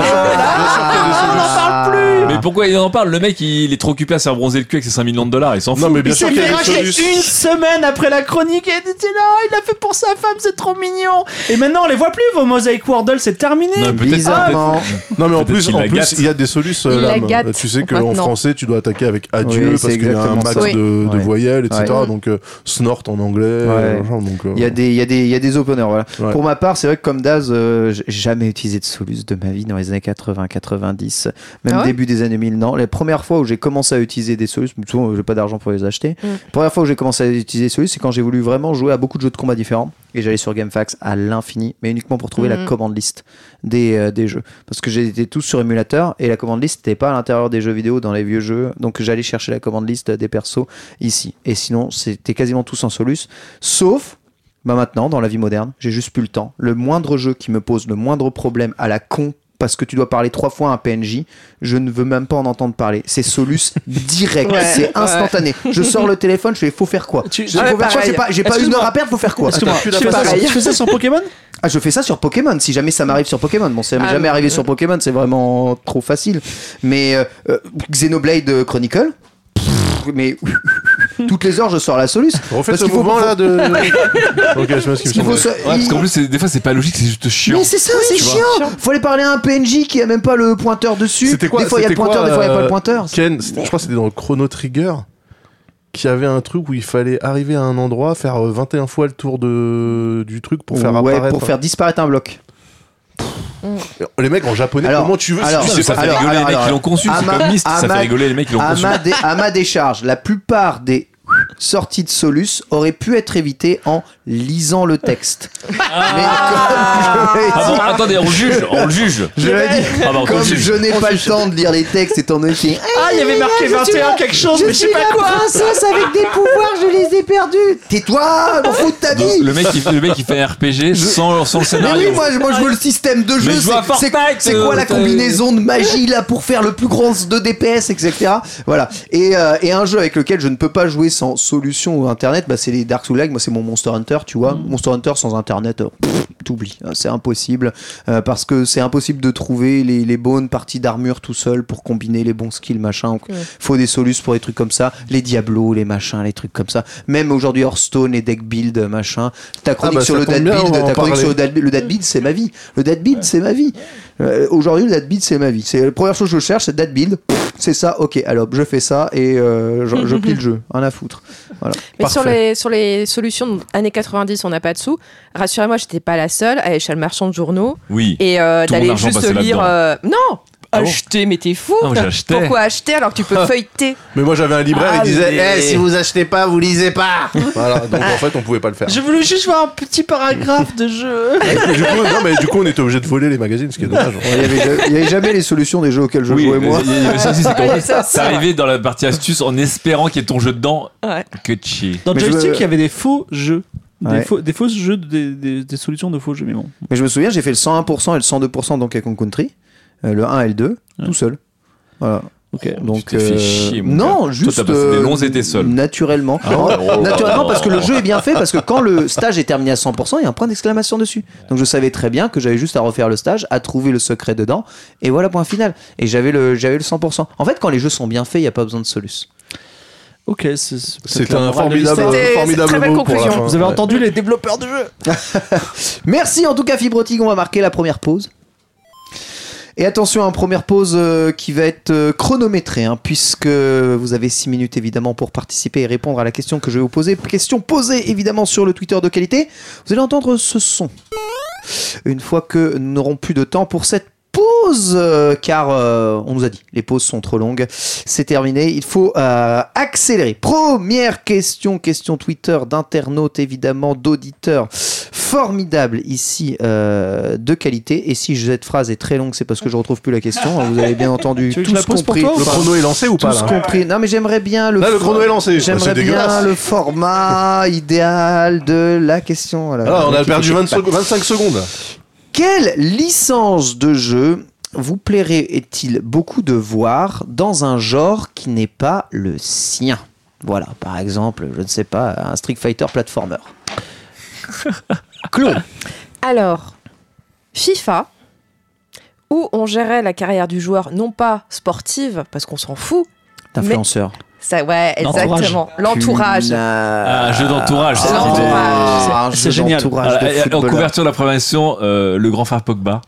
parle plus. Mais pourquoi il en parle? Le mec, il est trop occupé à se faire bronzer le cul avec ses 5 millions de $. Il s'en fout. Non, mais bien sûr qu'il a racheté une semaine après la chronique et il dit non, il l'a fait pour sa femme, c'est trop mignon. Et maintenant, on les voit plus, vos mosaïques Wordle, c'est terminé. Non, bizarrement. Non, mais en plus, il y a des solutions là. Tu sais qu'en français, tu dois attaquer avec adieu parce qu'il y a un max de voyelles, etc. Donc, snort en anglais. Il y a des openers, voilà. Pour ma part, c'est vrai que comme Daz, jamais utilisé de Solus de ma vie dans les années 80-90, même début des années 1000. Non, les premières fois où j'ai commencé à utiliser des Solus, souvent j'ai pas d'argent pour les acheter. La première fois où j'ai commencé à utiliser des Solus, c'est quand j'ai voulu vraiment jouer à beaucoup de jeux de combat différents et j'allais sur GameFAQs à l'infini, mais uniquement pour trouver la commande liste des jeux, parce que j'étais tous sur émulateur et la commande liste n'était pas à l'intérieur des jeux vidéo dans les vieux jeux, donc j'allais chercher la commande liste des persos ici, et sinon c'était quasiment tous en Solus, sauf maintenant, dans la vie moderne, j'ai juste plus le temps. Le moindre jeu qui me pose le moindre problème à la con, parce que tu dois parler 3 fois à un PNJ, je ne veux même pas en entendre parler. C'est Solus direct, c'est instantané. Je sors le téléphone, je fais faut faire quoi? J'ai pas une heure à perdre, faut faire quoi? Tu fais ça sur Pokémon? Ah, je fais ça sur Pokémon, si jamais ça m'arrive sur Pokémon. Bon, c'est jamais arrivé sur Pokémon, c'est vraiment trop facile. Mais Xenoblade Chronicle, mais toutes les heures je sors la Solus. Refais ce mouvement là de. Ok, je sais pas ce qu'il me semble. Parce qu'en plus des fois c'est pas logique, c'est juste chiant. Mais c'est ça, c'est chiant. Faut aller parler à un PNJ qui a même pas le pointeur dessus. C'était quoi? Des fois il y a le pointeur, des fois il y a pas le pointeur. Ken, je crois que c'était dans le Chrono Trigger qui avait un truc où il fallait arriver à un endroit, faire 21 fois le tour du truc pour faire apparaître. Pour faire disparaître un bloc. Les mecs en japonais, comment tu veux? Ça fait rigoler les mecs qui l'ont conçu. C'est comme Myst, ça fait rigoler les mecs qui l'ont conçu. À ma décharge, la plupart des sortie de Solus aurait pu être évitée en lisant le texte. Attendez, on le juge. Je l'ai dit. Comme je n'ai pas le temps de lire les textes, étant donné qu'il il y avait marqué 21 quelque chose, mais je sais pas quoi. Princesse avec des pouvoirs, je les ai perdus. Tais-toi, m'en fous de ta vie. Le mec qui fait un RPG sans le scénario. Mais oui, moi je veux le système de jeu. C'est quoi la combinaison de magie là pour faire le plus grand de DPS, etc. Voilà. Et un jeu avec lequel je ne peux pas jouer sans solution ou internet, c'est les Dark Souls-like. Moi, c'est mon Monster Hunter, tu vois. Monster Hunter sans internet, t'oublies. C'est impossible parce que c'est impossible de trouver les bonnes parties d'armure tout seul pour combiner les bons skills, machin. Faut des solutions pour des trucs comme ça. Les Diablos, les machins, les trucs comme ça. Même aujourd'hui, Hearthstone, les deck build, machin. Ta chronique sur le dead build, le dead build, c'est ma vie. Le dead build, c'est ma vie. Aujourd'hui, le dead build, c'est ma vie. C'est la première chose que je cherche, c'est dead build. C'est ça, ok, alors je fais ça et je plie le jeu, rien à foutre. Voilà. Mais sur les solutions années 90, on n'a pas de sous. Rassurez-moi, j'étais pas la seule à aller chez le marchand de journaux et d'aller juste lire. Non! Acheter, mais t'es fou! Pourquoi acheter alors que tu peux feuilleter? Mais moi j'avais un libraire, il disait si vous achetez pas, vous lisez pas! Voilà, donc en fait on pouvait pas le faire. Je voulais juste voir un petit paragraphe de jeu. Du coup on était obligé de voler les magazines, ce qui est dommage. Il y avait jamais les solutions des jeux auxquels je jouais moi. C'est arrivé dans la partie astuce en espérant qu'il y ait ton jeu dedans. Que chier. Dans Joystick, il y avait des faux jeux. Des fausses jeux, des solutions de faux jeux, mais bon. Mais je me souviens, j'ai fait le 101% et le 102% dans Donkey Kong Country. Le 1 et le 2, tout seul. Voilà. Okay. Donc, tu t'es fait chier, mon non, gars. juste. Toi, t'as passé des longs étés seul. Naturellement. Naturellement, parce que le jeu est bien fait, parce que quand le stage est terminé à 100%, il y a un point d'exclamation dessus. Donc je savais très bien que j'avais juste à refaire le stage, à trouver le secret dedans, et voilà, point final. Et j'avais le 100%. En fait, quand les jeux sont bien faits, il n'y a pas besoin de solus. Ok, c'est un formidable mot pour la fin. Vous avez entendu les développeurs de jeux. Merci en tout cas Fibrotig, on va marquer la première pause. Et attention, première pause qui va être chronométrée, puisque vous avez 6 minutes évidemment pour participer et répondre à la question que je vais vous poser. Question posée évidemment sur le Twitter de qualité. Vous allez entendre ce son. Une fois que nous n'aurons plus de temps pour cette pause, car on nous a dit, les pauses sont trop longues, c'est terminé, il faut accélérer. Première question Twitter d'internautes évidemment, d'auditeurs formidables ici de qualité, et si cette phrase est très longue, c'est parce que je retrouve plus la question, vous avez bien entendu tout ce compris. Le chrono est lancé ou pas là compris. Non mais j'aimerais bien le chrono est lancé. J'aimerais bien le format idéal de la question. Voilà. On a perdu 25 secondes. Quelle licence de jeu vous plairait-il beaucoup de voir dans un genre qui n'est pas le sien? Voilà, par exemple, je ne sais pas, un Street Fighter platformer. Claude. Alors, FIFA, où on gérait la carrière du joueur, non pas sportive, parce qu'on s'en fout. Influenceur. Ça, ouais, exactement. L'entourage. Un jeu d'entourage. C'est génial. En couverture de la prévention, le grand frère Pogba.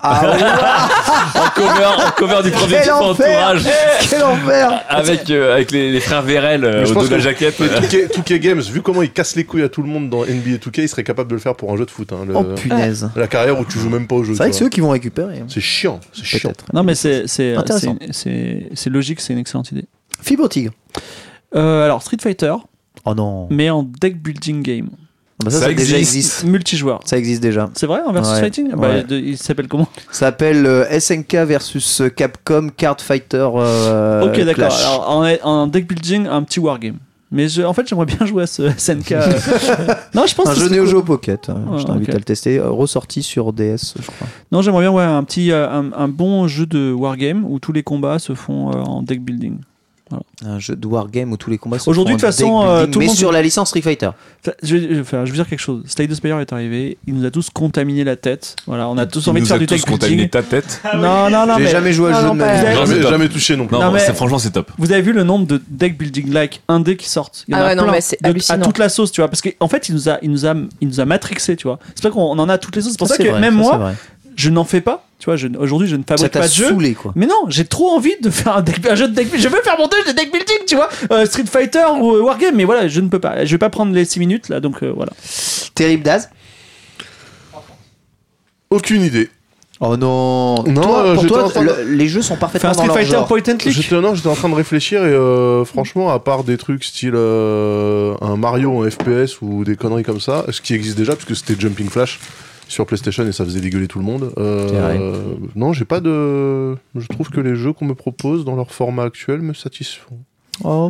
En cover du premier type entourage. Quel enfer. Avec les frères Vérel au dos de la jaquette. 2K Games, vu comment il casse les couilles à tout le monde dans NBA 2K, il serait capable de le faire pour un jeu de foot. Oh punaise. La carrière où tu joues même pas au jeu. C'est vrai que c'est eux qui vont récupérer. C'est chiant. Non mais c'est logique, c'est une excellente idée. Fibre Tigre. Alors Street Fighter. Oh non. Mais en deck building game. Ça existe. Multijoueur. Ça existe déjà. C'est vrai en versus fighting. Il s'appelle comment? Ça s'appelle SNK versus Capcom Card Fighter. Ok, d'accord. Clash. Alors en deck building, un petit wargame. Mais en fait, j'aimerais bien jouer à ce SNK. Non, je pense un jeu Neo Geo Pocket. Je t'invite à le tester. Ressorti sur DS, je crois. Non, j'aimerais bien un petit, un bon jeu de wargame où tous les combats se font en deck building. Voilà. Un jeu de wargame où tous les combats se aujourd'hui font de toute façon tout le monde sur la licence Street Fighter. Je veux dire quelque chose. Slade the Spire est arrivé, il nous a tous contaminé la tête. Voilà, on a tous envie de faire du deck building. Contaminé ta tête. Non, j'ai jamais joué à ce jeu de ma vie. Jamais touché non plus. Non, franchement c'est top. Vous avez vu le nombre de deck building like indés qui sortent? Il y en a plein, mais c'est hallucinant. À toute la sauce, tu vois, parce qu'en fait il nous a matrixé, tu vois. C'est pour ça qu'on en a toutes les sauces. C'est pour ça que même moi je n'en fais pas. Tu vois, aujourd'hui, je ne fabrique pas de jeu. Saoulé, quoi. Mais non, j'ai trop envie de faire un jeu de deck building. Je veux faire mon jeu de deck building, tu vois. Street Fighter ou Wargame, mais voilà, je ne peux pas. Je vais pas prendre les 6 minutes, là, donc voilà. Terrible Daz. Aucune idée. Oh non, pour toi, les jeux sont parfaitement dans leur genre. Point and click. J'étais en train de réfléchir et franchement, à part des trucs style un Mario en FPS ou des conneries comme ça, ce qui existe déjà puisque c'était Jumping Flash sur PlayStation et ça faisait dégueuler tout le monde. Non, j'ai pas de. Je trouve que les jeux qu'on me propose dans leur format actuel me satisfont. Oh,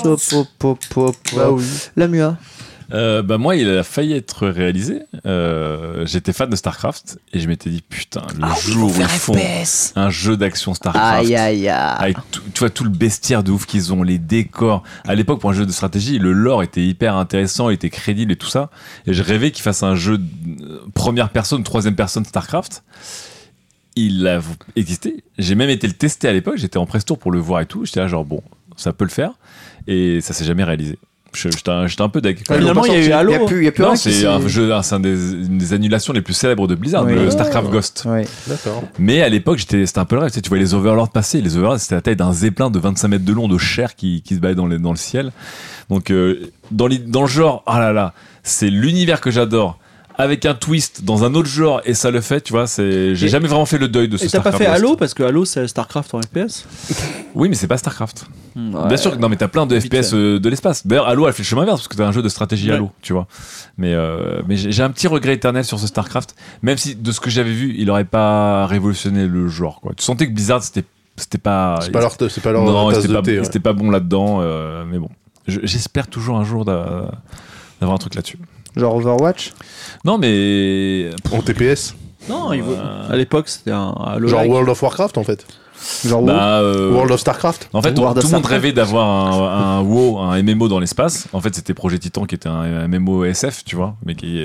bah oui. La Mua. Moi, il a failli être réalisé. J'étais fan de StarCraft et je m'étais dit putain, le jour où ils font un jeu d'action StarCraft, avec tu vois tout le bestiaire de ouf qu'ils ont, les décors. À l'époque, pour un jeu de stratégie, le lore était hyper intéressant, il était crédible et tout ça. Et je rêvais qu'ils fassent un jeu première personne, troisième personne StarCraft. Il a existé. J'ai même été le tester à l'époque. J'étais en press tour pour le voir et tout. J'étais là genre bon, ça peut le faire. Et ça s'est jamais réalisé. J'étais un peu deg. Finalement, il y a eu Halo. Il y a plus non, c'est un jeu, c'est une des annulations les plus célèbres de Blizzard, le StarCraft Ghost. Oui. D'accord. Mais à l'époque, c'était un peu le rêve. Tu vois les Overlords passer. Les Overlords, c'était la taille d'un zeppelin de 25 mètres de long de chair qui se baladait dans le ciel. Donc, dans le genre, oh là là, c'est l'univers que j'adore. Avec un twist dans un autre genre et ça le fait, tu vois, j'ai jamais vraiment fait le deuil de ce StarCraft. Et t'as pas fait Halo parce que Halo c'est StarCraft en FPS. Oui, mais c'est pas StarCraft. Bien sûr que non, mais t'as plein de FPS de l'espace. D'ailleurs, Halo a fait le chemin inverse parce que t'as un jeu de stratégie Halo, tu vois. Mais j'ai un petit regret éternel sur ce StarCraft, même si de ce que j'avais vu, il aurait pas révolutionné le genre, quoi. Tu sentais que Blizzard c'était pas leur tasse de thé. C'était pas bon là-dedans, mais bon. J'espère toujours un jour d'avoir un truc là-dessus. Genre Overwatch? Non, mais. En TPS? Non, à l'époque, c'était un Halo. Genre World of Warcraft, en fait. Genre World of Starcraft. En fait, tout le monde rêvait d'avoir un WoW, un MMO dans l'espace. En fait, c'était Projet Titan qui était un MMO SF, tu vois, mais qui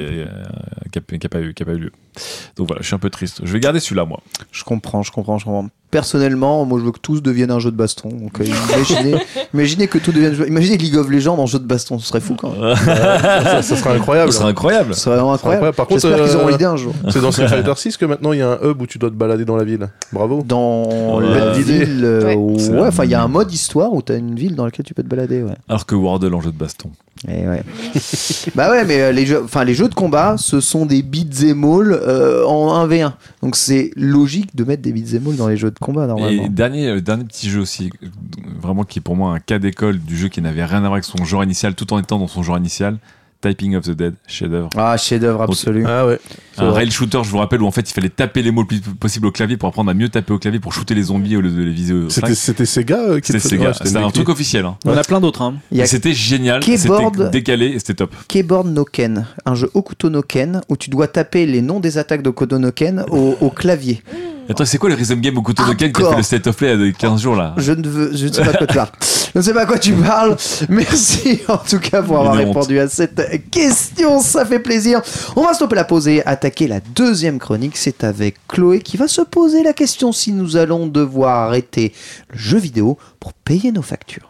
a pas eu lieu. Donc voilà, je suis un peu triste. Je vais garder celui-là, moi. Je comprends. Personnellement, moi je veux que tous deviennent un jeu de baston. Donc imaginez que tout devienne jeu. Imaginez League of Legends en jeu de baston, ce serait fou quand même. Ça serait incroyable. Ce serait incroyable. Ça serait vraiment incroyable. Par contre, j'espère qu'ils auront l'idée un jour. C'est dans Street Fighter 6 que maintenant il y a un hub où tu dois te balader dans la ville. Bravo. Dans la ville, enfin il y a un mode histoire où tu as une ville dans laquelle tu peux te balader. Ouais. Alors que Wordle en jeu de baston. Et ouais. Bah ouais, mais les jeux de combat, ce sont des beat'em all en 1v1. Donc c'est logique de mettre des beat'em all dans les jeux de combat normalement. Et dernier petit jeu aussi, vraiment qui est pour moi un cas d'école du jeu qui n'avait rien à voir avec son genre initial, tout en étant dans son genre initial. Typing of the Dead, chef-d'œuvre. Ah, chef-d'œuvre absolu. Ah ouais. Un rail shooter, je vous rappelle, où en fait il fallait taper les mots le plus possible au clavier pour apprendre à mieux taper au clavier pour shooter les zombies au lieu de les viser au sac. C'était Sega qui C'était Sega. C'était un truc officiel. Hein. On a plein d'autres. Hein. C'était génial, c'était décalé et c'était top. Keyboard no Ken, un jeu Hokuto no Ken où tu dois taper les noms des attaques de Hokuto no Ken au clavier. Attends, c'est quoi le Rhythm Game Hokuto no Ken qui a fait le State of Play il y a 15 jours là? Je ne sais pas de quoi tu parles. Je ne sais pas de quoi tu parles. Merci en tout cas pour avoir répondu à cette question. Ça fait plaisir. On va stopper la pause et attaquer la deuxième chronique. C'est avec Chloé qui va se poser la question si nous allons devoir arrêter le jeu vidéo pour payer nos factures.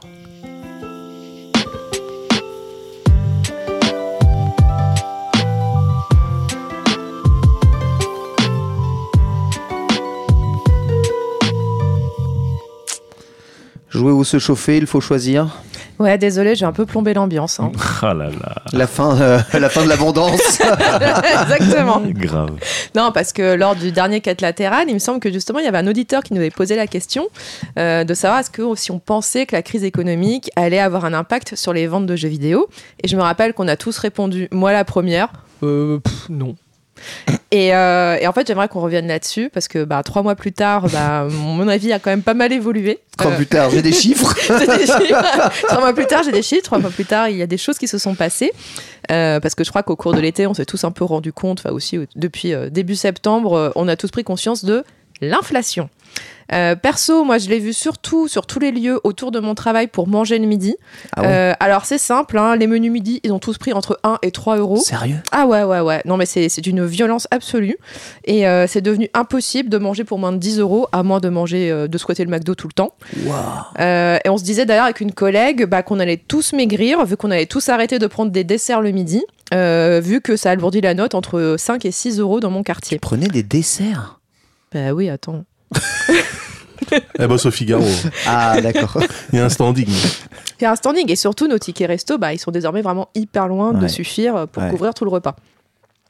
Jouer ou se chauffer, il faut choisir. Ouais, désolé, j'ai un peu plombé l'ambiance. Hein. Ah là là. La fin de l'abondance. Exactement. Grave. Non, parce que lors du dernier quête latérale, il me semble que justement, il y avait un auditeur qui nous avait posé la question de savoir est-ce que si on pensait que la crise économique allait avoir un impact sur les ventes de jeux vidéo. Et je me rappelle qu'on a tous répondu, moi la première, non. Et en fait j'aimerais qu'on revienne là-dessus parce que 3 mois plus tard mon avis a quand même pas mal évolué. 3 mois plus tard j'ai des chiffres. 3 mois plus tard j'ai des chiffres. 3 mois plus tard il y a des choses qui se sont passées parce que je crois qu'au cours de l'été on s'est tous un peu rendu compte, aussi depuis début septembre on a tous pris conscience de l'inflation. Perso, moi je l'ai vu surtout sur tous les lieux autour de mon travail pour manger le midi. Ah ouais. Alors c'est simple, hein, les menus midi ils ont tous pris entre 1 et 3 euros. Sérieux ? Ah ouais. Non mais c'est d'une violence absolue. Et c'est devenu impossible de manger pour moins de 10 euros, à moins de manger de squatter le McDo tout le temps. Wow. Et on se disait d'ailleurs avec une collègue qu'on allait tous maigrir, vu qu'on allait tous arrêter de prendre des desserts le midi, vu que ça alourdit la note entre 5 et 6 euros dans mon quartier. Tu prenais des desserts ? Bah oui, attends. Elle bosse au Figaro. Ah d'accord. Il y a un standing. Il y a un standing et surtout nos tickets resto, ils sont désormais vraiment hyper loin de suffire pour couvrir tout le repas.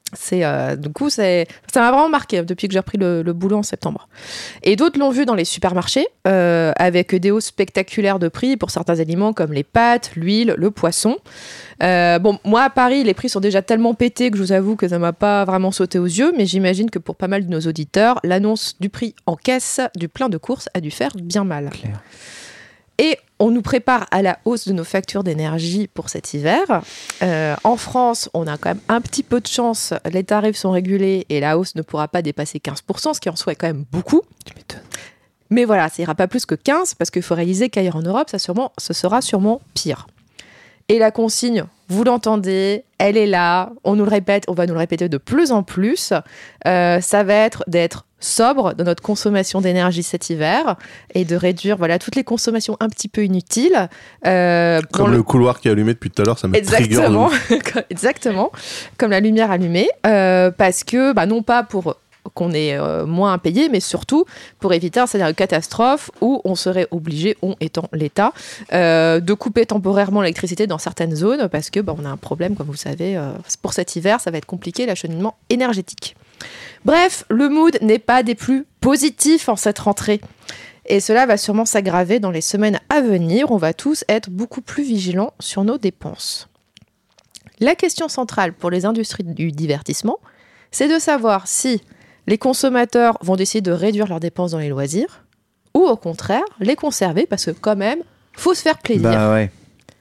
Du coup, ça m'a vraiment marqué depuis que j'ai repris le boulot en septembre. Et d'autres l'ont vu dans les supermarchés, avec des hausses spectaculaires de prix pour certains aliments comme les pâtes, l'huile, le poisson. Moi à Paris, les prix sont déjà tellement pétés que je vous avoue que ça m'a pas vraiment sauté aux yeux, mais j'imagine que pour pas mal de nos auditeurs, l'annonce du prix en caisse du plein de courses a dû faire bien mal. Claire. Et on nous prépare à la hausse de nos factures d'énergie pour cet hiver. En France, on a quand même un petit peu de chance. Les tarifs sont régulés et la hausse ne pourra pas dépasser 15%, ce qui en soit est quand même beaucoup. Tu m'étonnes. Mais voilà, ça ira pas plus que 15% parce qu'il faut réaliser qu'ailleurs en Europe, ce sera sûrement pire. Et la consigne, vous l'entendez, elle est là. On nous le répète, on va nous le répéter de plus en plus. Ça va être d'être sobre dans notre consommation d'énergie cet hiver et de réduire toutes les consommations un petit peu inutiles. Comme le couloir qui est allumé depuis tout à l'heure, ça me trigger. Exactement, comme la lumière allumée. Parce que, non pas pour qu'on ait moins à payer, mais surtout pour éviter un scénario catastrophe où on serait obligé, on étant l'État, de couper temporairement l'électricité dans certaines zones parce que on a un problème, comme vous le savez, pour cet hiver, ça va être compliqué, l'acheminement énergétique. Bref, le mood n'est pas des plus positifs en cette rentrée. Et cela va sûrement s'aggraver dans les semaines à venir. On va tous être beaucoup plus vigilants sur nos dépenses. La question centrale pour les industries du divertissement, c'est de savoir si les consommateurs vont décider de réduire leurs dépenses dans les loisirs ou au contraire les conserver parce que quand même, faut se faire plaisir. Ouais.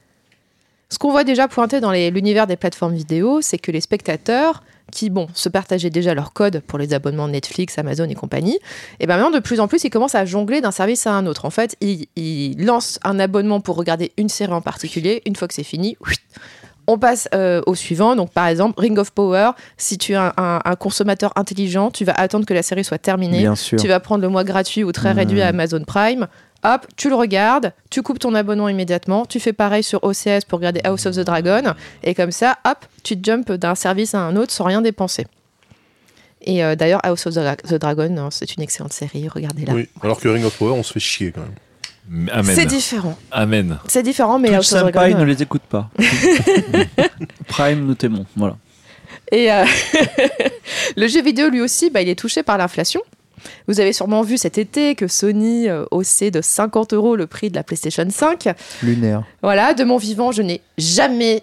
Ce qu'on voit déjà pointer dans l'univers des plateformes vidéo, c'est que les spectateurs qui, se partageaient déjà leur code pour les abonnements Netflix, Amazon et compagnie, et maintenant, de plus en plus, ils commencent à jongler d'un service à un autre. En fait, ils lancent un abonnement pour regarder une série en particulier. Une fois que c'est fini, on passe au suivant. Donc, par exemple, Ring of Power, si tu es un consommateur intelligent, tu vas attendre que la série soit terminée. Bien sûr. Tu vas prendre le mois gratuit ou très réduit à Amazon Prime. Hop, tu le regardes, tu coupes ton abonnement immédiatement, tu fais pareil sur OCS pour regarder House of the Dragon, et comme ça, hop, tu jumps d'un service à un autre sans rien dépenser. Et d'ailleurs, House of the Dragon, c'est une excellente série, regardez-la. Oui, alors que Ring of Power, on se fait chier quand même. Amen. C'est différent. Amen. C'est différent, mais House of the Dragon, ne les écoute pas. Prime, nous t'aimons, voilà. Et le jeu vidéo, lui aussi, il est touché par l'inflation. Vous avez sûrement vu cet été que Sony haussait de 50 € le prix de la PlayStation 5. Lunaire. Voilà, de mon vivant, je n'ai jamais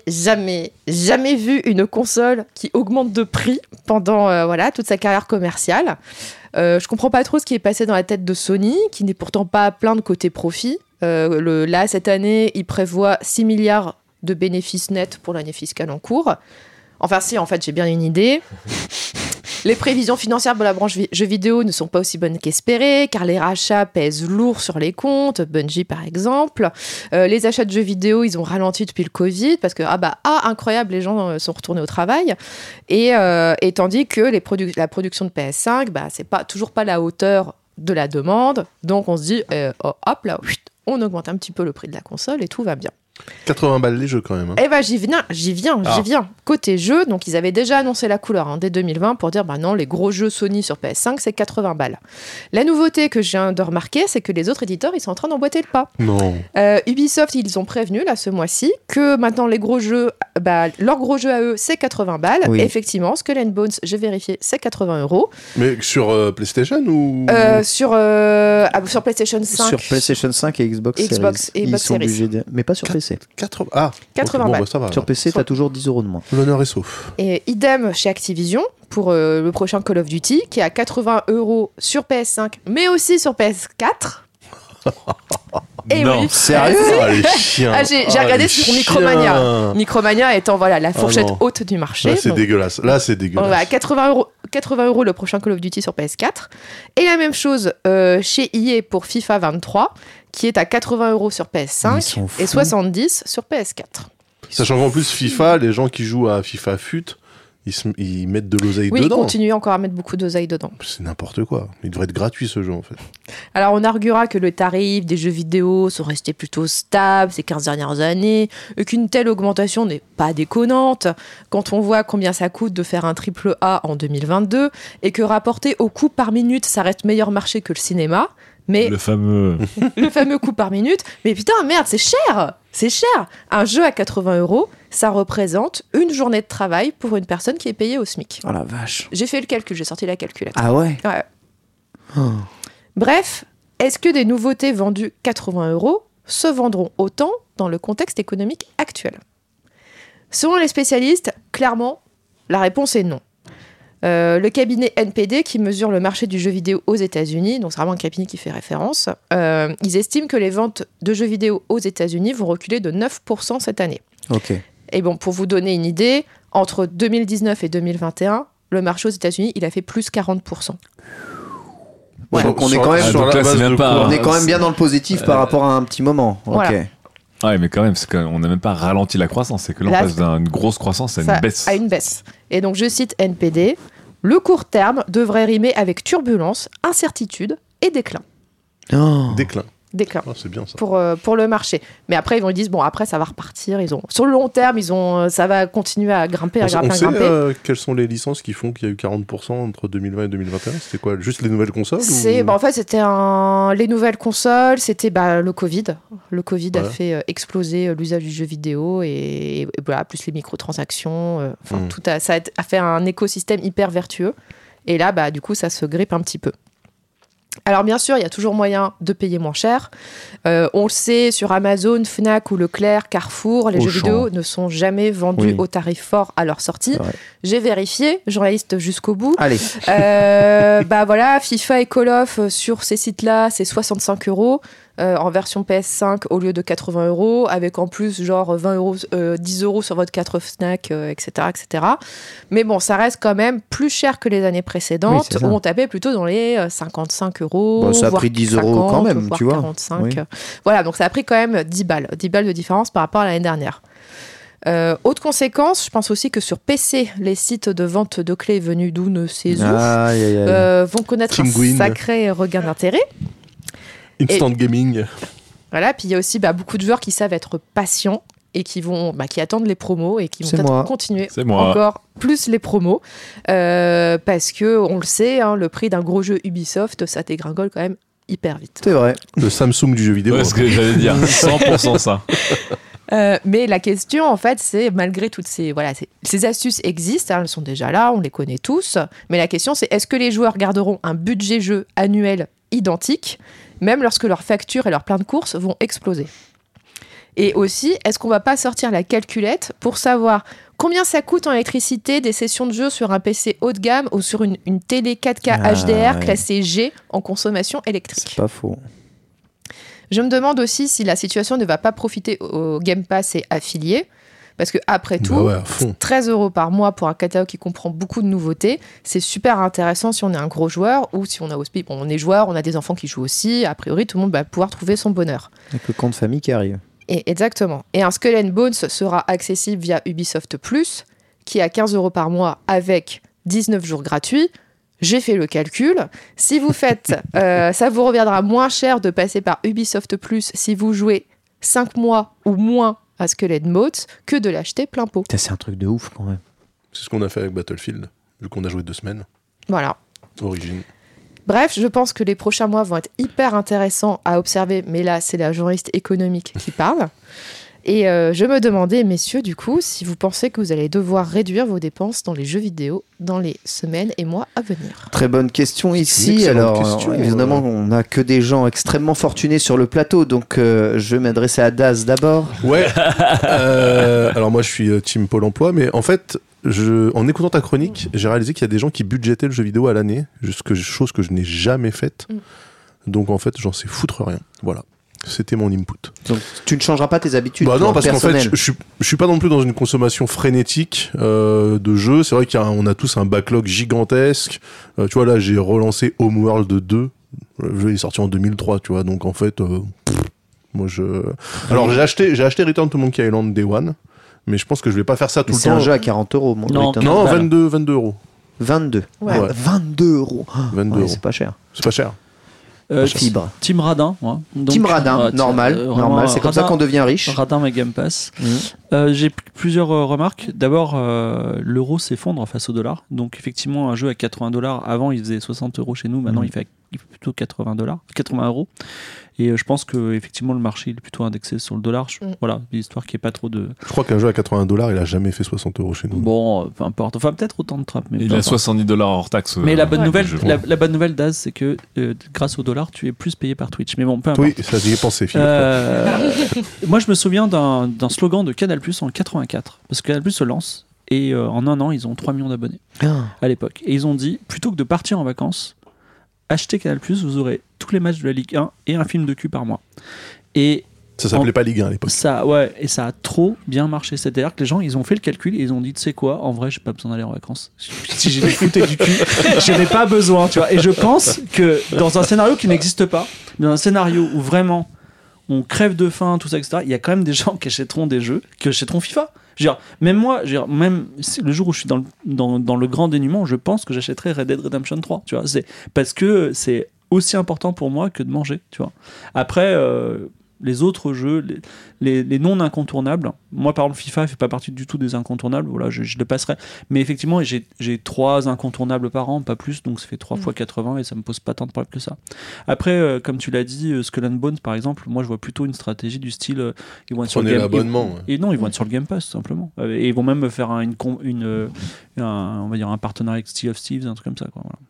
vu une console qui augmente de prix pendant toute sa carrière commerciale. Je comprends pas trop ce qui est passé dans la tête de Sony, qui n'est pourtant pas plein de côté profit. Là, cette année, il prévoit 6 milliards de bénéfices nets pour l'année fiscale en cours. Enfin si, en fait, j'ai bien une idée. Les prévisions financières pour la branche jeux vidéo ne sont pas aussi bonnes qu'espérées, car les rachats pèsent lourd sur les comptes, Bungie par exemple. Les achats de jeux vidéo, ils ont ralenti depuis le Covid, parce que, incroyable, les gens sont retournés au travail. Et tandis que la production de PS5, c'est toujours pas la hauteur de la demande. Donc on se dit, on augmente un petit peu le prix de la console et tout va bien. 80 balles les jeux quand même. Eh j'y viens. Côté jeu, donc ils avaient déjà annoncé la couleur dès 2020 pour dire non, les gros jeux Sony sur PS5 c'est 80 balles. La nouveauté que je viens de remarquer, c'est que les autres éditeurs ils sont en train d'emboîter le pas. Non. Ubisoft ils ont prévenu là ce mois-ci que maintenant les gros jeux, leur gros jeu à eux c'est 80 balles. Oui. Effectivement, Skull and Bones, j'ai vérifié, c'est 80 €. Mais sur PlayStation ou sur PlayStation 5. Sur PlayStation 5 et Xbox Series. Ils sont obligés mais pas sur PC. 80 balles. Ça va, sur PC, t'as toujours 10 € de moins. L'honneur est sauf. Et idem chez Activision pour le prochain Call of Duty qui est à 80 € sur PS5, mais aussi sur PS4. Et non, oui. Sérieux? Les chiens. J'ai regardé sur Micromania. Micromania étant la fourchette haute du marché. Là, c'est dégueulasse. On va à 80 € le prochain Call of Duty sur PS4. Et la même chose chez EA pour FIFA 23, qui est à 80 € sur PS5 et 70 sur PS4. Sachant qu'en plus, FIFA, les gens qui jouent à FIFA FUT, ils mettent de l'oseille dedans. Oui, ils continuent encore à mettre beaucoup d'oseille dedans. C'est n'importe quoi. Il devrait être gratuit ce jeu en fait. Alors on arguera que le tarif des jeux vidéo sont restés plutôt stables ces 15 dernières années et qu'une telle augmentation n'est pas déconnante quand on voit combien ça coûte de faire un AAA en 2022 et que rapporté au coût par minute, ça reste meilleur marché que le cinéma. Mais le fameux coût par minute. Mais putain, merde, c'est cher. Un jeu à 80 €, ça représente une journée de travail pour une personne qui est payée au SMIC. Oh la vache. J'ai fait le calcul, j'ai sorti la calculette. Ah ouais. Bref, est-ce que des nouveautés vendues 80 € se vendront autant dans le contexte économique actuel ? Selon les spécialistes, clairement, la réponse est non. Le cabinet NPD, qui mesure le marché du jeu vidéo aux États-Unis, donc c'est vraiment un cabinet qui fait référence, ils estiment que les ventes de jeux vidéo aux États-Unis vont reculer de 9% cette année. Ok. Et bon, pour vous donner une idée, entre 2019 et 2021, le marché aux États-Unis, il a fait plus 40%. Ouais, donc on est quand même sur la base de on est quand même bien dans le positif par rapport à un petit moment. Voilà. Ok. Ouais, mais quand même, on n'a même pas ralenti la croissance. C'est que là, on passe d'une grosse croissance à une baisse. À une baisse. Et donc, je cite NPD, le court terme devrait rimer avec turbulence, incertitude et déclin. Oh. Déclin. Déclin. Oh, c'est bien ça. Pour le marché. Mais après, ils disent, bon, après, ça va repartir. Sur le long terme, ça va continuer à grimper, on sait quelles sont les licences qui font qu'il y a eu 40% entre 2020 et 2021 ? C'était quoi ? Juste les nouvelles consoles En fait, c'était les nouvelles consoles, c'était le Covid. Le Covid a fait exploser l'usage du jeu vidéo et voilà, plus les microtransactions. Ça a fait un écosystème hyper vertueux. Et là, du coup, ça se grippe un petit peu. Alors bien sûr, il y a toujours moyen de payer moins cher. On le sait, sur Amazon, Fnac ou Leclerc, Carrefour, les jeux vidéo ne sont jamais vendus au tarif fort à leur sortie. J'ai vérifié, journaliste jusqu'au bout. Allez. Voilà, FIFA et Call of sur ces sites-là, c'est 65 € en version PS5 au lieu de 80 €, avec en plus genre 20 €, 10 € sur votre carte Fnac, etc., etc. Mais bon, ça reste quand même plus cher que les années précédentes, où on tapait plutôt dans les 55 €. Ça a pris 10 € quand même, tu vois. 45. Oui. Voilà, donc ça a pris quand même 10 balles de différence par rapport à l'année dernière. Autre conséquence, je pense aussi que sur PC, les sites de vente de clés venus d'où ne sait où vont connaître un sacré regain d'intérêt. Instant gaming. Voilà, puis il y a aussi beaucoup de joueurs qui savent être patients et qui attendent les promos et qui vont peut-être continuer encore plus les promos parce que on le sait, le prix d'un gros jeu Ubisoft, ça dégringole quand même hyper vite. C'est vrai. Le Samsung du jeu vidéo. Ouais, ce que j'allais dire, 100% ça. Mais la question, en fait, c'est malgré toutes ces astuces existent, elles sont déjà là, on les connaît tous. Mais la question, c'est est-ce que les joueurs garderont un budget jeu annuel identique, même lorsque leurs factures et leurs plans de courses vont exploser ? Et aussi, est-ce qu'on va pas sortir la calculette pour savoir combien ça coûte en électricité des sessions de jeu sur un PC haut de gamme ou sur une télé 4K HDR classée G en consommation électrique ? C'est pas faux. Je me demande aussi si la situation ne va pas profiter au Game Pass et affiliés. Parce que après tout, 13 € par mois pour un catalogue qui comprend beaucoup de nouveautés, c'est super intéressant si on est un gros joueur ou si on a aussi, on est joueur, on a des enfants qui jouent aussi. A priori, tout le monde va pouvoir trouver son bonheur. Avec le compte famille qui arrive. Et exactement. Et un Skull and Bones sera accessible via Ubisoft Plus, qui est à 15 € par mois avec 19 jours gratuits. J'ai fait le calcul. Si vous faites, ça vous reviendra moins cher de passer par Ubisoft Plus si vous jouez 5 mois ou moins à Skull and Bones que de l'acheter plein pot. C'est un truc de ouf quand même. C'est ce qu'on a fait avec Battlefield, vu qu'on a joué 2 semaines. Voilà. Origine. Bref, je pense que les prochains mois vont être hyper intéressants à observer, mais là, c'est la journaliste économique qui parle. Et je me demandais, messieurs, du coup, si vous pensez que vous allez devoir réduire vos dépenses dans les jeux vidéo dans les semaines et mois à venir. Très bonne question ici. Alors, évidemment, on n'a que des gens extrêmement fortunés sur le plateau, donc je vais m'adresser à Daz d'abord. Ouais. Alors moi, je suis team Pôle emploi, mais en fait, en écoutant ta chronique, j'ai réalisé qu'il y a des gens qui budgétaient le jeu vidéo à l'année, chose que je n'ai jamais faite. Donc en fait, j'en sais foutre rien. Voilà. C'était mon input. Donc tu ne changeras pas tes habitudes. Bah non, parce qu'en fait, je suis pas non plus dans une consommation frénétique de jeux. C'est vrai qu'on a tous un backlog gigantesque. Tu vois, là, j'ai relancé Homeworld 2. Le jeu est sorti en 2003, tu vois. Donc en fait, moi Alors j'ai acheté Return to Monkey Island Day One, mais je pense que je vais pas faire ça tout le temps. C'est un jeu à 40 €. Non, 22 €. 22. Ouais. 22 €. 22 €. C'est pas cher. C'est pas cher. Fibre. Team Radin. Ouais. Donc, Team Radin, normal. C'est comme ça qu'on devient riche. Radin avec Game Pass. J'ai plusieurs remarques. D'abord, l'euro s'effondre face au dollar. Donc, effectivement, un jeu à $80, avant, il faisait 60 € chez nous. Maintenant, il fait plutôt $80, 80 €. Et je pense que effectivement le marché il est plutôt indexé sur le dollar. Voilà, l'histoire qui est pas trop de. Je crois qu'un jeu à $80, il a jamais fait 60 € chez nous. Bon, peu importe. Enfin, peut-être autant de trappes. Mais il a $70 hors taxe. Mais la bonne nouvelle, la bonne nouvelle Daz, c'est que grâce au dollar, tu es plus payé par Twitch. Mais bon, peu importe. Oui, ça j'y ai pensé. Moi, je me souviens d'un slogan de Canal+ en 84, parce que Canal+ se lance et en un an, ils ont 3 millions d'abonnés à l'époque. Et ils ont dit, plutôt que de partir en vacances, achetez Canal+, vous aurez tous les matchs de la Ligue 1 et un film de cul par mois. Et ça s'appelait pas Ligue 1 à l'époque. Et ça a trop bien marché. C'est-à-dire que les gens, ils ont fait le calcul et ils ont dit, tu sais quoi, en vrai, j'ai pas besoin d'aller en vacances. Si j'ai des foot et du cul, je n'ai pas besoin, tu vois. Et je pense que dans un scénario qui n'existe pas, dans un scénario où vraiment on crève de faim, tout ça, etc., il y a quand même des gens qui achèteront des jeux, qui achèteront FIFA. Même moi, même le jour où je suis dans le grand dénuement, je pense que j'achèterai Red Dead Redemption 3. Tu vois, c'est parce que c'est aussi important pour moi que de manger. Tu vois. Après, les autres jeux, les non incontournables. Moi, par exemple, FIFA ne fait pas partie du tout des incontournables. Voilà, je le passerai. Mais effectivement, j'ai 3 incontournables par an, pas plus. Donc ça fait 3 fois 80 et ça me pose pas tant de problèmes que ça. Après, comme tu l'as dit, Skull and Bones, par exemple, moi je vois plutôt une stratégie du style ils vont être sur le l'abonnement. Et non, ils vont être sur le Game Pass simplement. Et ils vont même faire on va dire un partenariat avec Sea of Thieves, un truc comme ça. Quoi, voilà.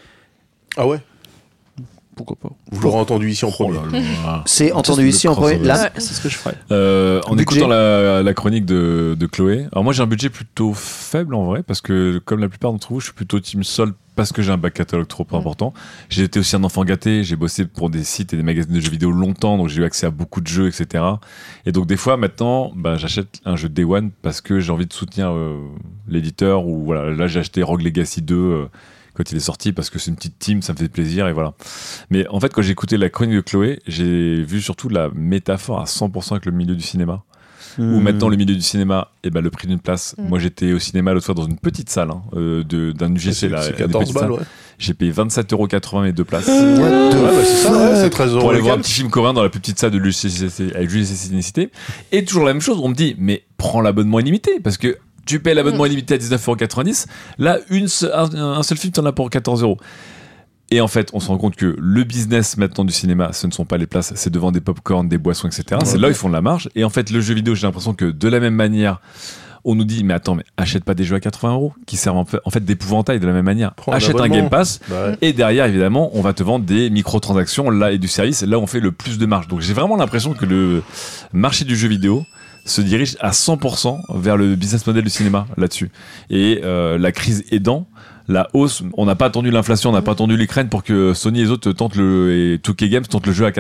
Ah ouais. Pourquoi pas. Vous l'aurez entendu ici en premier. C'est entendu ici en premier. Là, c'est ce que je ferais. En écoutant la chronique de Chloé, alors moi j'ai un budget plutôt faible en vrai, parce que comme la plupart d'entre vous, je suis plutôt team solde parce que j'ai un back catalogue trop important. J'ai été aussi un enfant gâté, j'ai bossé pour des sites et des magazines de jeux vidéo longtemps, donc j'ai eu accès à beaucoup de jeux, etc. Et donc des fois maintenant, j'achète un jeu Day One parce que j'ai envie de soutenir l'éditeur, ou voilà, là j'ai acheté Rogue Legacy 2 quand il est sorti parce que c'est une petite team, ça me fait plaisir et voilà. Mais en fait, quand j'ai écouté la chronique de Chloé, j'ai vu surtout la métaphore à 100% avec le milieu du cinéma. Où maintenant le milieu du cinéma, le prix d'une place. Moi j'étais au cinéma l'autre fois dans une petite salle d'un UGC là, c'est 14 balles, ouais. J'ai payé 27,80 € et 2 places. C'est ça, c'est 13 € pour aller voir un petit film coréen dans la plus petite salle de l'UGC avec UGC Cinécité. Et toujours la même chose, on me dit mais prends l'abonnement illimité parce que tu payes l'abonnement illimité à 19,90 €. Là, un seul film, tu en as pour 14 €. Et en fait, on se rend compte que le business maintenant du cinéma, ce ne sont pas les places, c'est devant des pop-corn, des boissons, etc. C'est là où ils font de la marge. Et en fait, le jeu vidéo, j'ai l'impression que de la même manière, on nous dit, mais attends, achète pas des jeux à 80 € qui servent en fait d'épouvantail de la même manière. Achète un Game Pass. Et derrière, évidemment, on va te vendre des microtransactions là et du service. Là, on fait le plus de marge. Donc, j'ai vraiment l'impression que le marché du jeu vidéo se dirige à 100% vers le business model du cinéma là-dessus. Et la crise aidant, la hausse, on n'a pas attendu l'inflation, on n'a pas attendu l'Ukraine pour que Sony et les autres tentent et 2K Games tentent le jeu à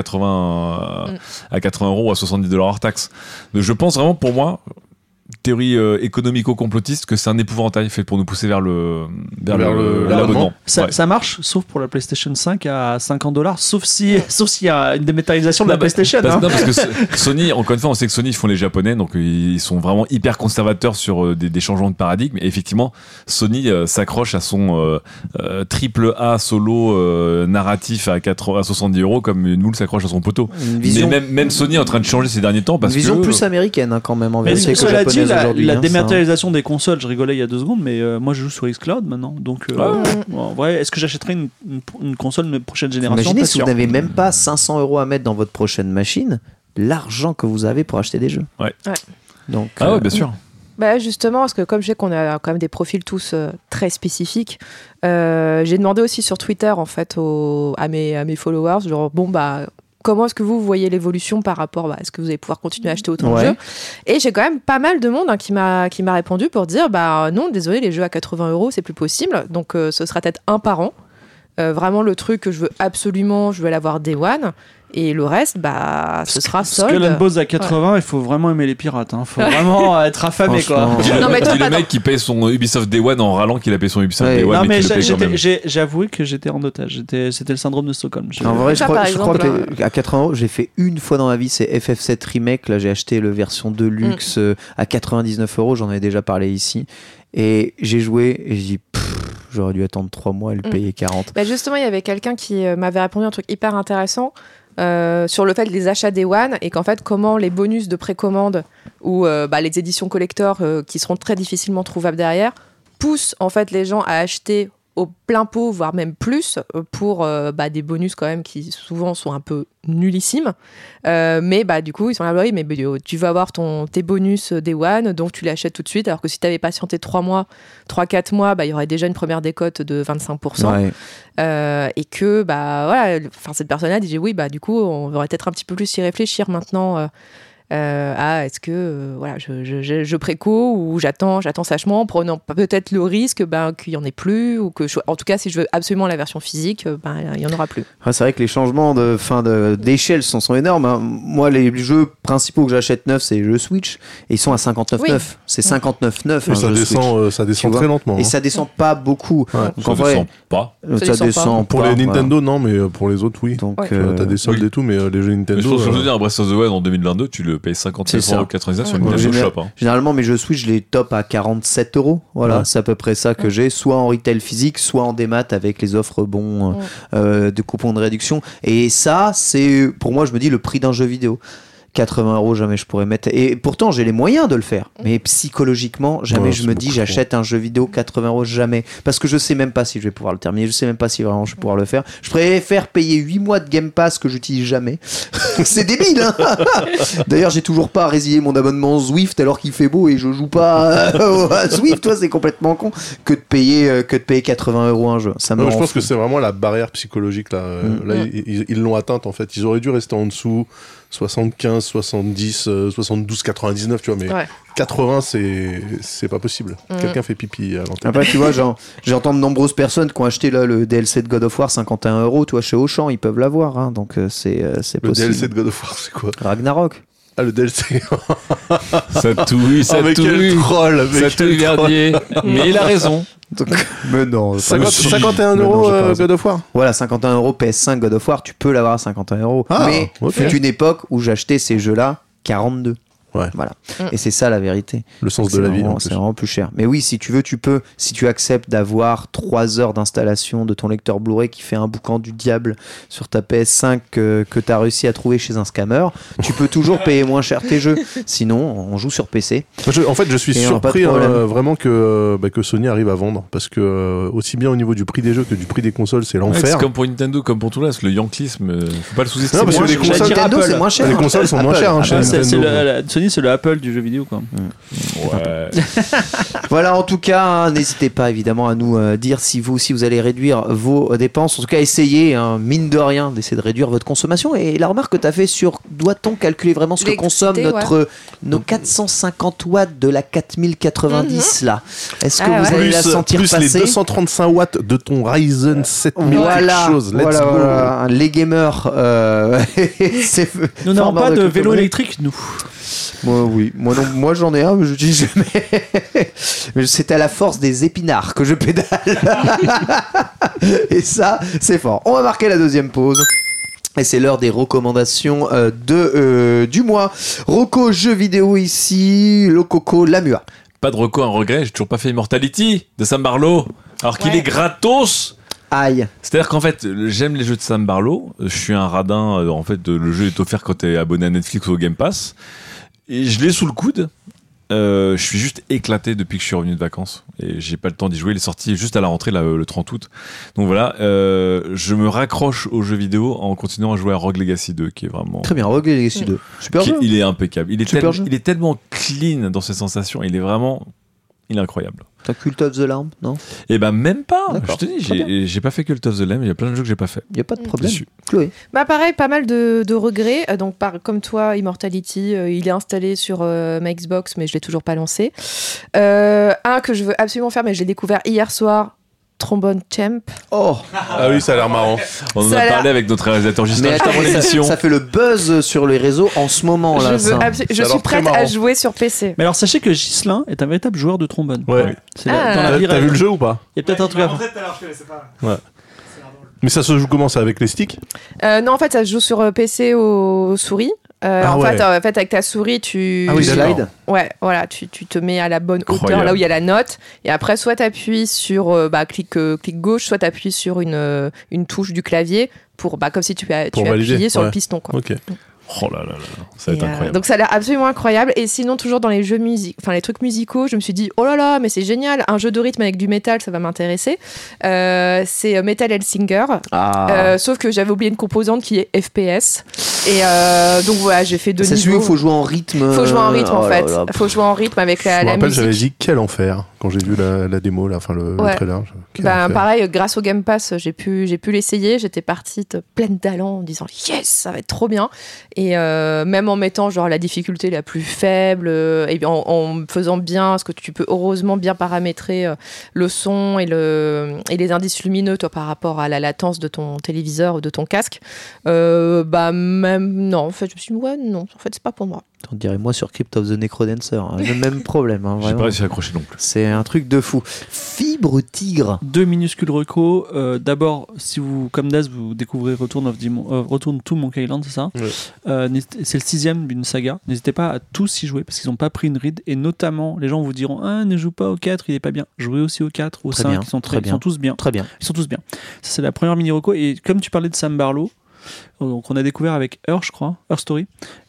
80 € ou à 70$ hors taxe. Donc je pense vraiment, pour moi, théorie économico-complotiste, que c'est un épouvantail fait pour nous pousser vers l'abonnement. Ça marche, sauf pour la PlayStation 5 à $50, sauf s'il y a une dématérialisation de la PlayStation. Non, parce que Sony, encore une fois, on sait que Sony, ils font les Japonais, donc ils sont vraiment hyper conservateurs sur des changements de paradigme. Et effectivement, Sony s'accroche à son triple A solo narratif à 70 € comme une moule s'accroche à son poteau. Mais même Sony est en train de changer ces derniers temps parce que... Une vision plus américaine quand même en vérité que japonaise. La dématérialisation des consoles, je rigolais il y a 2 secondes, mais moi je joue sur xCloud maintenant. Donc, en vrai, est-ce que j'achèterai une console de prochaine génération? Imaginez si vous n'avez même pas 500 € à mettre dans votre prochaine machine, l'argent que vous avez pour acheter des jeux. Ouais. Donc, ouais, bien sûr. Justement, parce que comme je sais qu'on a quand même des profils tous très spécifiques, j'ai demandé aussi sur Twitter en fait à mes followers, genre comment est-ce que vous voyez l'évolution par rapport est-ce que vous allez pouvoir continuer à acheter autant de jeux? Et j'ai quand même pas mal de monde qui m'a répondu pour dire non, désolé, les jeux à 80 € c'est plus possible, donc ce sera peut-être un par an. Vraiment le truc que je veux l'avoir Day One. Et le reste, ce sera solde. Skull and Bones à 80, il faut vraiment aimer les pirates. Il faut vraiment être affamé, quoi. Le mec qui paye son Ubisoft Day One en râlant qu'il a payé son Ubisoft Day One. Non, mais j'ai avoué que j'étais en otage. C'était le syndrome de Stockholm. En vrai, je crois qu'à 80 €, j'ai fait une fois dans ma vie, c'est FF7 Remake. Là, j'ai acheté la version Deluxe à 99 €. J'en avais déjà parlé ici. Et j'ai joué et j'ai dit... j'aurais dû attendre 3 mois et le payer 40. Justement, il y avait quelqu'un qui m'avait répondu un truc hyper intéressant. sur le fait des achats Day One et qu'en fait comment les bonus de précommande ou les éditions collector qui seront très difficilement trouvables derrière poussent en fait les gens à acheter au plein pot, voire même plus, pour des bonus quand même qui souvent sont un peu nullissimes. Mais du coup, ils sont là, oui, mais tu vas avoir tes bonus Day One, donc tu l'achètes tout de suite, alors que si tu avais patienté 3-4 mois, il y aurait déjà une première décote de 25%. Ouais. Et que, cette personne-là dit, oui, du coup, on devrait peut-être un petit peu plus y réfléchir maintenant. Est-ce que je préco ou j'attends sagement, prenant peut-être le risque qu'il y en ait plus ou que en tout cas si je veux absolument la version physique, il y en aura plus. Ouais, c'est vrai que les changements d'échelle sont énormes. Hein. Moi, les jeux principaux que j'achète neufs, c'est les jeux Switch et ils sont à 59,9. Oui. C'est 59,9. Ça descend très lentement. Et ça descend pas beaucoup. Ouais. Donc, ça descend pas. Ça descend pour les Nintendo, non, mais pour les autres, oui. Donc t'as des soldes et tout, mais les jeux Nintendo. Je veux dire, Breath of the Wild en 2022, tu le payes 59,99 sur une Nintendo Shop. Généralement, mes jeux Switch, je les top à 47€. Voilà, c'est à peu près ça que j'ai, soit en retail physique, soit en démat avec les offres de coupons de réduction. Et ça, c'est pour moi, je me dis le prix d'un jeu vidéo. 80€, jamais je pourrais mettre. Et pourtant, j'ai les moyens de le faire. Mais psychologiquement, jamais je me dis j'achète un jeu vidéo 80€, jamais. Parce que je sais même pas si je vais pouvoir le terminer. Je sais même pas si vraiment je vais pouvoir le faire. Je préfère payer 8 mois de Game Pass que j'utilise jamais. C'est débile, hein. D'ailleurs, j'ai toujours pas résilié mon abonnement Zwift alors qu'il fait beau et je joue pas à Zwift. Toi, c'est complètement con que de payer 80€ un jeu. Ça me je pense que c'est vraiment la barrière psychologique là. Là, ils l'ont atteinte en fait. Ils auraient dû rester en dessous. 75, 70, 72, 99, tu vois, mais 80, c'est pas possible. Quelqu'un fait pipi à l'antenne. Après, tu vois, j'entends de nombreuses personnes qui ont acheté là, le DLC de God of War 51€, tu vois, chez Auchan, ils peuvent l'avoir, hein, donc c'est possible. Le DLC de God of War, c'est quoi ? Ragnarok. Ah, le DLC. Ça touille, Verdier. Mais il a raison. Donc, mais non, 51€ God of War. Voilà, 51€ PS5 God of War, tu peux l'avoir à 51€. Mais c'est une époque où j'achetais ces jeux-là 42. Ouais. Voilà. Et c'est ça la vérité. Le sens de la vie. C'est vraiment plus cher. Mais oui, si tu veux, si tu acceptes d'avoir 3 heures d'installation de ton lecteur Blu-ray qui fait un boucan du diable sur ta PS5 que tu as réussi à trouver chez un scammer, tu peux toujours payer moins cher tes jeux. Sinon, on joue sur PC. En fait, je suis surpris vraiment que Sony arrive à vendre. Parce que aussi bien au niveau du prix des jeux que du prix des consoles, c'est l'enfer. C'est comme pour Nintendo, comme pour tout le reste. Le yanklisme, faut pas le sous-estimer. Non, parce que les consoles, Nintendo, c'est moins cher. Les consoles sont moins chères chez Nintendo. Sony, c'est le Apple du jeu vidéo, quoi. Ouais. Voilà, en tout cas, hein, n'hésitez pas évidemment à nous dire si vous allez réduire vos dépenses. En tout cas, essayez, mine de rien, d'essayer de réduire votre consommation. Et la remarque que tu as fait sur doit-on calculer vraiment ce que consomme nos 450 watts de la 4090 là. Est-ce que vous allez la sentir passer les 235 watts de ton Ryzen 7000 quelque chose. Let's go. Les gamers, nous n'avons pas de vélo électrique, nous. Moi j'en ai un, mais je dis jamais. Mais c'est à la force des épinards que je pédale. Et ça, c'est fort. On va marquer la deuxième pause. Et c'est l'heure des recommandations du mois. Reco jeux vidéo ici, le Coco, la Mua. Pas de reco, un regret, j'ai toujours pas fait Immortality de Sam Barlow. Alors qu'il est gratos. Aïe. C'est-à-dire qu'en fait, j'aime les jeux de Sam Barlow. Je suis un radin. En fait, le jeu est offert quand t'es abonné à Netflix ou au Game Pass. Et je l'ai sous le coude. Je suis juste éclaté depuis que je suis revenu de vacances. Et j'ai pas le temps d'y jouer. Il est sorti juste à la rentrée, le 30 août. Donc voilà, je me raccroche aux jeux vidéo en continuant à jouer à Rogue Legacy 2, qui est vraiment... Très bien, Rogue Legacy 2. Super jeu. Il est impeccable. Il est tellement clean dans ses sensations. Il est incroyable. T'as Cult of the Lamb, non ? Eh ben même pas. D'accord. Je te dis, j'ai pas fait Cult of the Lamb. Il y a plein de jeux que j'ai pas fait. Il y a pas de problème. Chloé. Pareil, pas mal de regrets. Donc comme toi, Immortality, il est installé sur ma Xbox, mais je l'ai toujours pas lancé. Un que je veux absolument faire, mais je l'ai découvert hier soir. Trombone Champ. Oh. Ah oui, ça a l'air marrant. On en a parlé avec notre réalisateur Justin juste avant l'émission. Ça fait le buzz sur les réseaux en ce moment là. Je suis prête à jouer sur PC. Mais alors sachez que Ghislain est un véritable joueur de trombone. Ouais. T'as vu le jeu ou pas ? Il y a peut-être un truc à faire. Ouais. Mais ça se joue comment ? C'est avec les sticks ? Non, en fait, ça se joue sur PC aux souris. En fait, avec ta souris, tu... Ah oui, slide. Ouais, voilà, tu te mets à la bonne hauteur, là où il y a la note. Et après, soit tu appuies sur clic gauche, soit tu appuies sur une touche du clavier pour comme si tu appuyais sur le piston. Quoi. Ok. Oh là là là, ça va être incroyable. Donc ça a l'air absolument incroyable. Et sinon, toujours dans les jeux les trucs musicaux, je me suis dit, oh là là, mais c'est génial, un jeu de rythme avec du métal, ça va m'intéresser. C'est Metal Hellsinger. Sauf que j'avais oublié une composante qui est FPS. Et donc voilà, j'ai fait 2 niveaux. C'est celui où il faut jouer en rythme. Faut jouer en rythme en fait. Faut jouer en rythme avec la musique. J'avais dit quel enfer quand j'ai vu la démo, le trailer. Pareil, grâce au Game Pass, j'ai pu l'essayer. J'étais partie pleine d'allant en disant yes, ça va être trop bien. Et même en mettant genre la difficulté la plus faible, et bien en faisant bien, parce que tu peux heureusement bien paramétrer le son et les indices lumineux toi par rapport à la latence de ton téléviseur ou de ton casque. Même non, en fait je me suis dit non, en fait c'est pas pour moi. On dirait moi sur Crypt of the Necrodancer, le même problème. J'ai pas réussi à accrocher non plus. C'est un truc de fou. Fibre Tigre. 2 minuscules recos. D'abord, si vous, comme Daz, vous découvrez Return to Monkey Island, c'est ça. C'est le 6e d'une saga. N'hésitez pas à tous y jouer parce qu'ils n'ont pas pris une ride. Et notamment, les gens vous diront ne joue pas au 4, il est pas bien. Jouez aussi au 4, au 5, ils sont tous bien. Très bien. Ils sont tous bien. Ça, c'est la première mini reco. Et comme tu parlais de Sam Barlow, donc on a découvert avec Her, je crois, Her Story.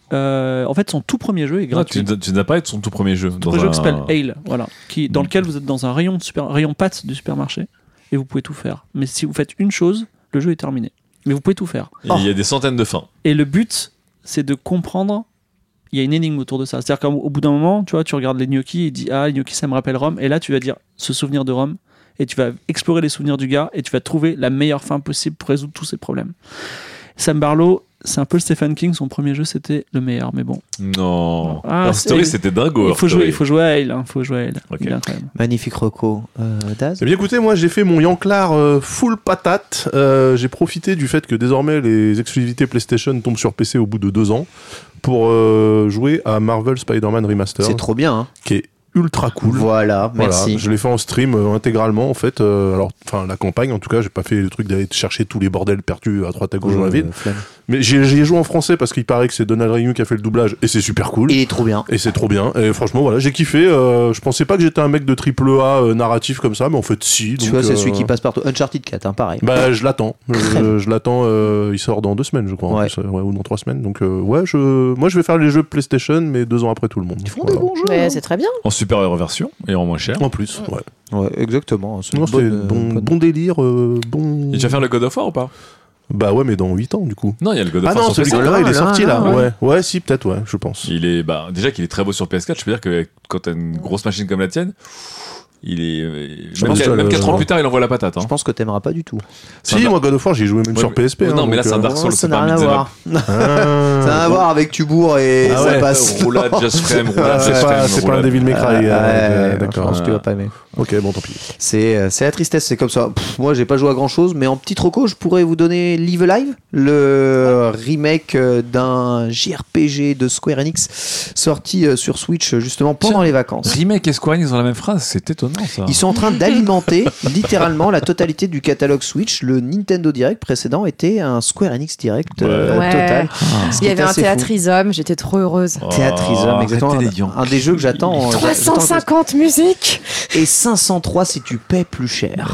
En fait, son tout premier jeu est gratuit. Tu n'as pas été de son tout premier jeu. Tout premier jeu qui s'appelle Ale, voilà, dans lequel vous êtes dans un rayon pâtes du supermarché et vous pouvez tout faire. Mais si vous faites une chose, le jeu est terminé. Mais vous pouvez tout faire. Il y a des centaines de fins. Et le but, c'est de comprendre. Il y a une énigme autour de ça. C'est-à-dire qu'au bout d'un moment, tu vois, tu regardes les gnocchis et dis les gnocchis, ça me rappelle Rome. Et là, tu vas dire ce souvenir de Rome. Et tu vas explorer les souvenirs du gars et tu vas trouver la meilleure fin possible pour résoudre tous ces problèmes. Sam Barlow, c'est un peu le Stephen King, son premier jeu c'était le meilleur, mais bon. Non. Her Story c'était dingo. Il faut jouer à Elle. Okay. Magnifique reco. Daz. Eh bien écoutez, moi j'ai fait mon Yanklar full patate. J'ai profité du fait que désormais les exclusivités PlayStation tombent sur PC au bout de 2 ans pour jouer à Marvel Spider-Man Remastered. C'est trop bien, hein. Qui est ultra cool. Voilà, merci. Je l'ai fait en stream intégralement en fait. La campagne en tout cas, j'ai pas fait le truc d'aller chercher tous les bordels perdus à droite à gauche dans la ville. Mais j'y ai joué en français parce qu'il paraît que c'est Donald Renew qui a fait le doublage et c'est super cool. Il est trop bien. Et c'est trop bien. Et franchement voilà, j'ai kiffé. Je pensais pas que j'étais un mec de AAA narratif comme ça, mais en fait si. Tu vois, c'est celui qui passe partout. Uncharted 4, pareil. Bah je l'attends. Je l'attends. Il sort dans 2 semaines je crois. Ou dans 3 semaines. Donc moi je vais faire les jeux PlayStation mais 2 ans après tout le monde. Ils font des bons jeux. C'est très bien. En supérieure version et en moins cher. En plus, ouais, exactement. C'est bon délire, bon. Et tu vas faire le God of War ou pas? Bah ouais, mais dans 8 ans du coup. Non, il y a le God of War. Ah non, celui-là, il est sorti là. Ouais, si, peut-être, je pense. Il est, déjà qu'il est très beau sur PS4, je peux dire que quand t'as une grosse machine comme la tienne, il est. Même 4 ans plus tard, il envoie la patate. Je pense que t'aimeras pas du tout. Si, moi, God of War, j'ai joué même sur PSP. Non, mais là, c'est un Dark Souls, ça n'a rien à voir. Ça n'a rien à voir avec tu bourres et ça passe. Roulade, Just Frame, c'est pas un Devil May Cry. D'accord. Je pense que tu vas pas aimer. Ok, bon, tant pis. C'est la tristesse, c'est comme ça. Moi, j'ai pas joué à grand chose, mais en petit troco, je pourrais vous donner Live Alive, le remake d'un JRPG de Square Enix sorti sur Switch justement pendant les vacances. Remake et Square Enix dans la même phrase, c'est étonnant ça. Ils sont en train d'alimenter littéralement la totalité du catalogue Switch. Le Nintendo Direct précédent était un Square Enix Direct total. Il y avait un Théâtrisome, j'étais trop heureuse. Théâtrisome, exactement. Un des jeux que j'attends. 350 musiques et 503 si tu paies plus cher.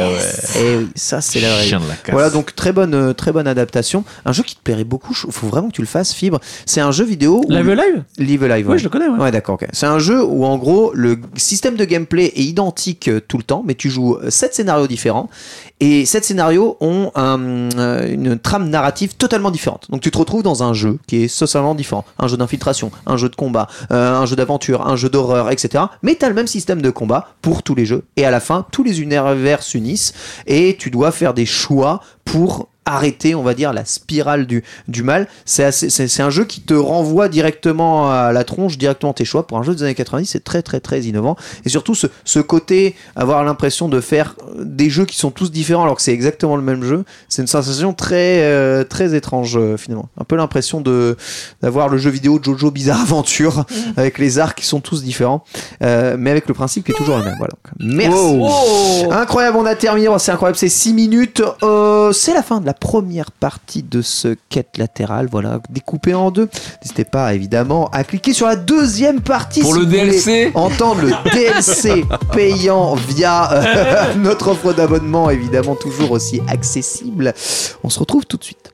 Et oui, ça c'est la vraie. Voilà, donc très bonne adaptation. Un jeu qui te plairait beaucoup. Il faut vraiment que tu le fasses, Fibre. C'est un jeu vidéo. Live Alive. Live Alive. Oui, je le connais. Ouais, d'accord. Okay. C'est un jeu où en gros le système de gameplay est identique tout le temps, mais tu joues 7 scénarios différents. Et 7 scénarios ont une trame narrative totalement différente. Donc tu te retrouves dans un jeu qui est totalement différent. Un jeu d'infiltration, un jeu de combat, un jeu d'aventure, un jeu d'horreur, etc. Mais tu as le même système de combat pour tous les jeux. Et à la fin, tous les univers s'unissent et tu dois faire des choix pour arrêter, on va dire, la spirale du mal. C'est un jeu qui te renvoie directement à la tronche, directement tes choix. Pour un jeu des années 90, c'est très très très innovant. Et surtout ce côté, avoir l'impression de faire des jeux qui sont tous différents alors que c'est exactement le même jeu, c'est une sensation très très étrange finalement. Un peu l'impression d'avoir le jeu vidéo Jojo Bizarre Aventure avec les arcs qui sont tous différents, mais avec le principe qui est toujours le même. Voilà. Merci. Wow. Incroyable, on a terminé. C'est incroyable, c'est 6 minutes. C'est la fin de la première partie de ce quête latérale, voilà, découpée en deux. N'hésitez pas évidemment à cliquer sur la deuxième partie pour si le vous DLC. Voulez entendre le DLC payant via notre offre d'abonnement, évidemment toujours aussi accessible. On se retrouve tout de suite.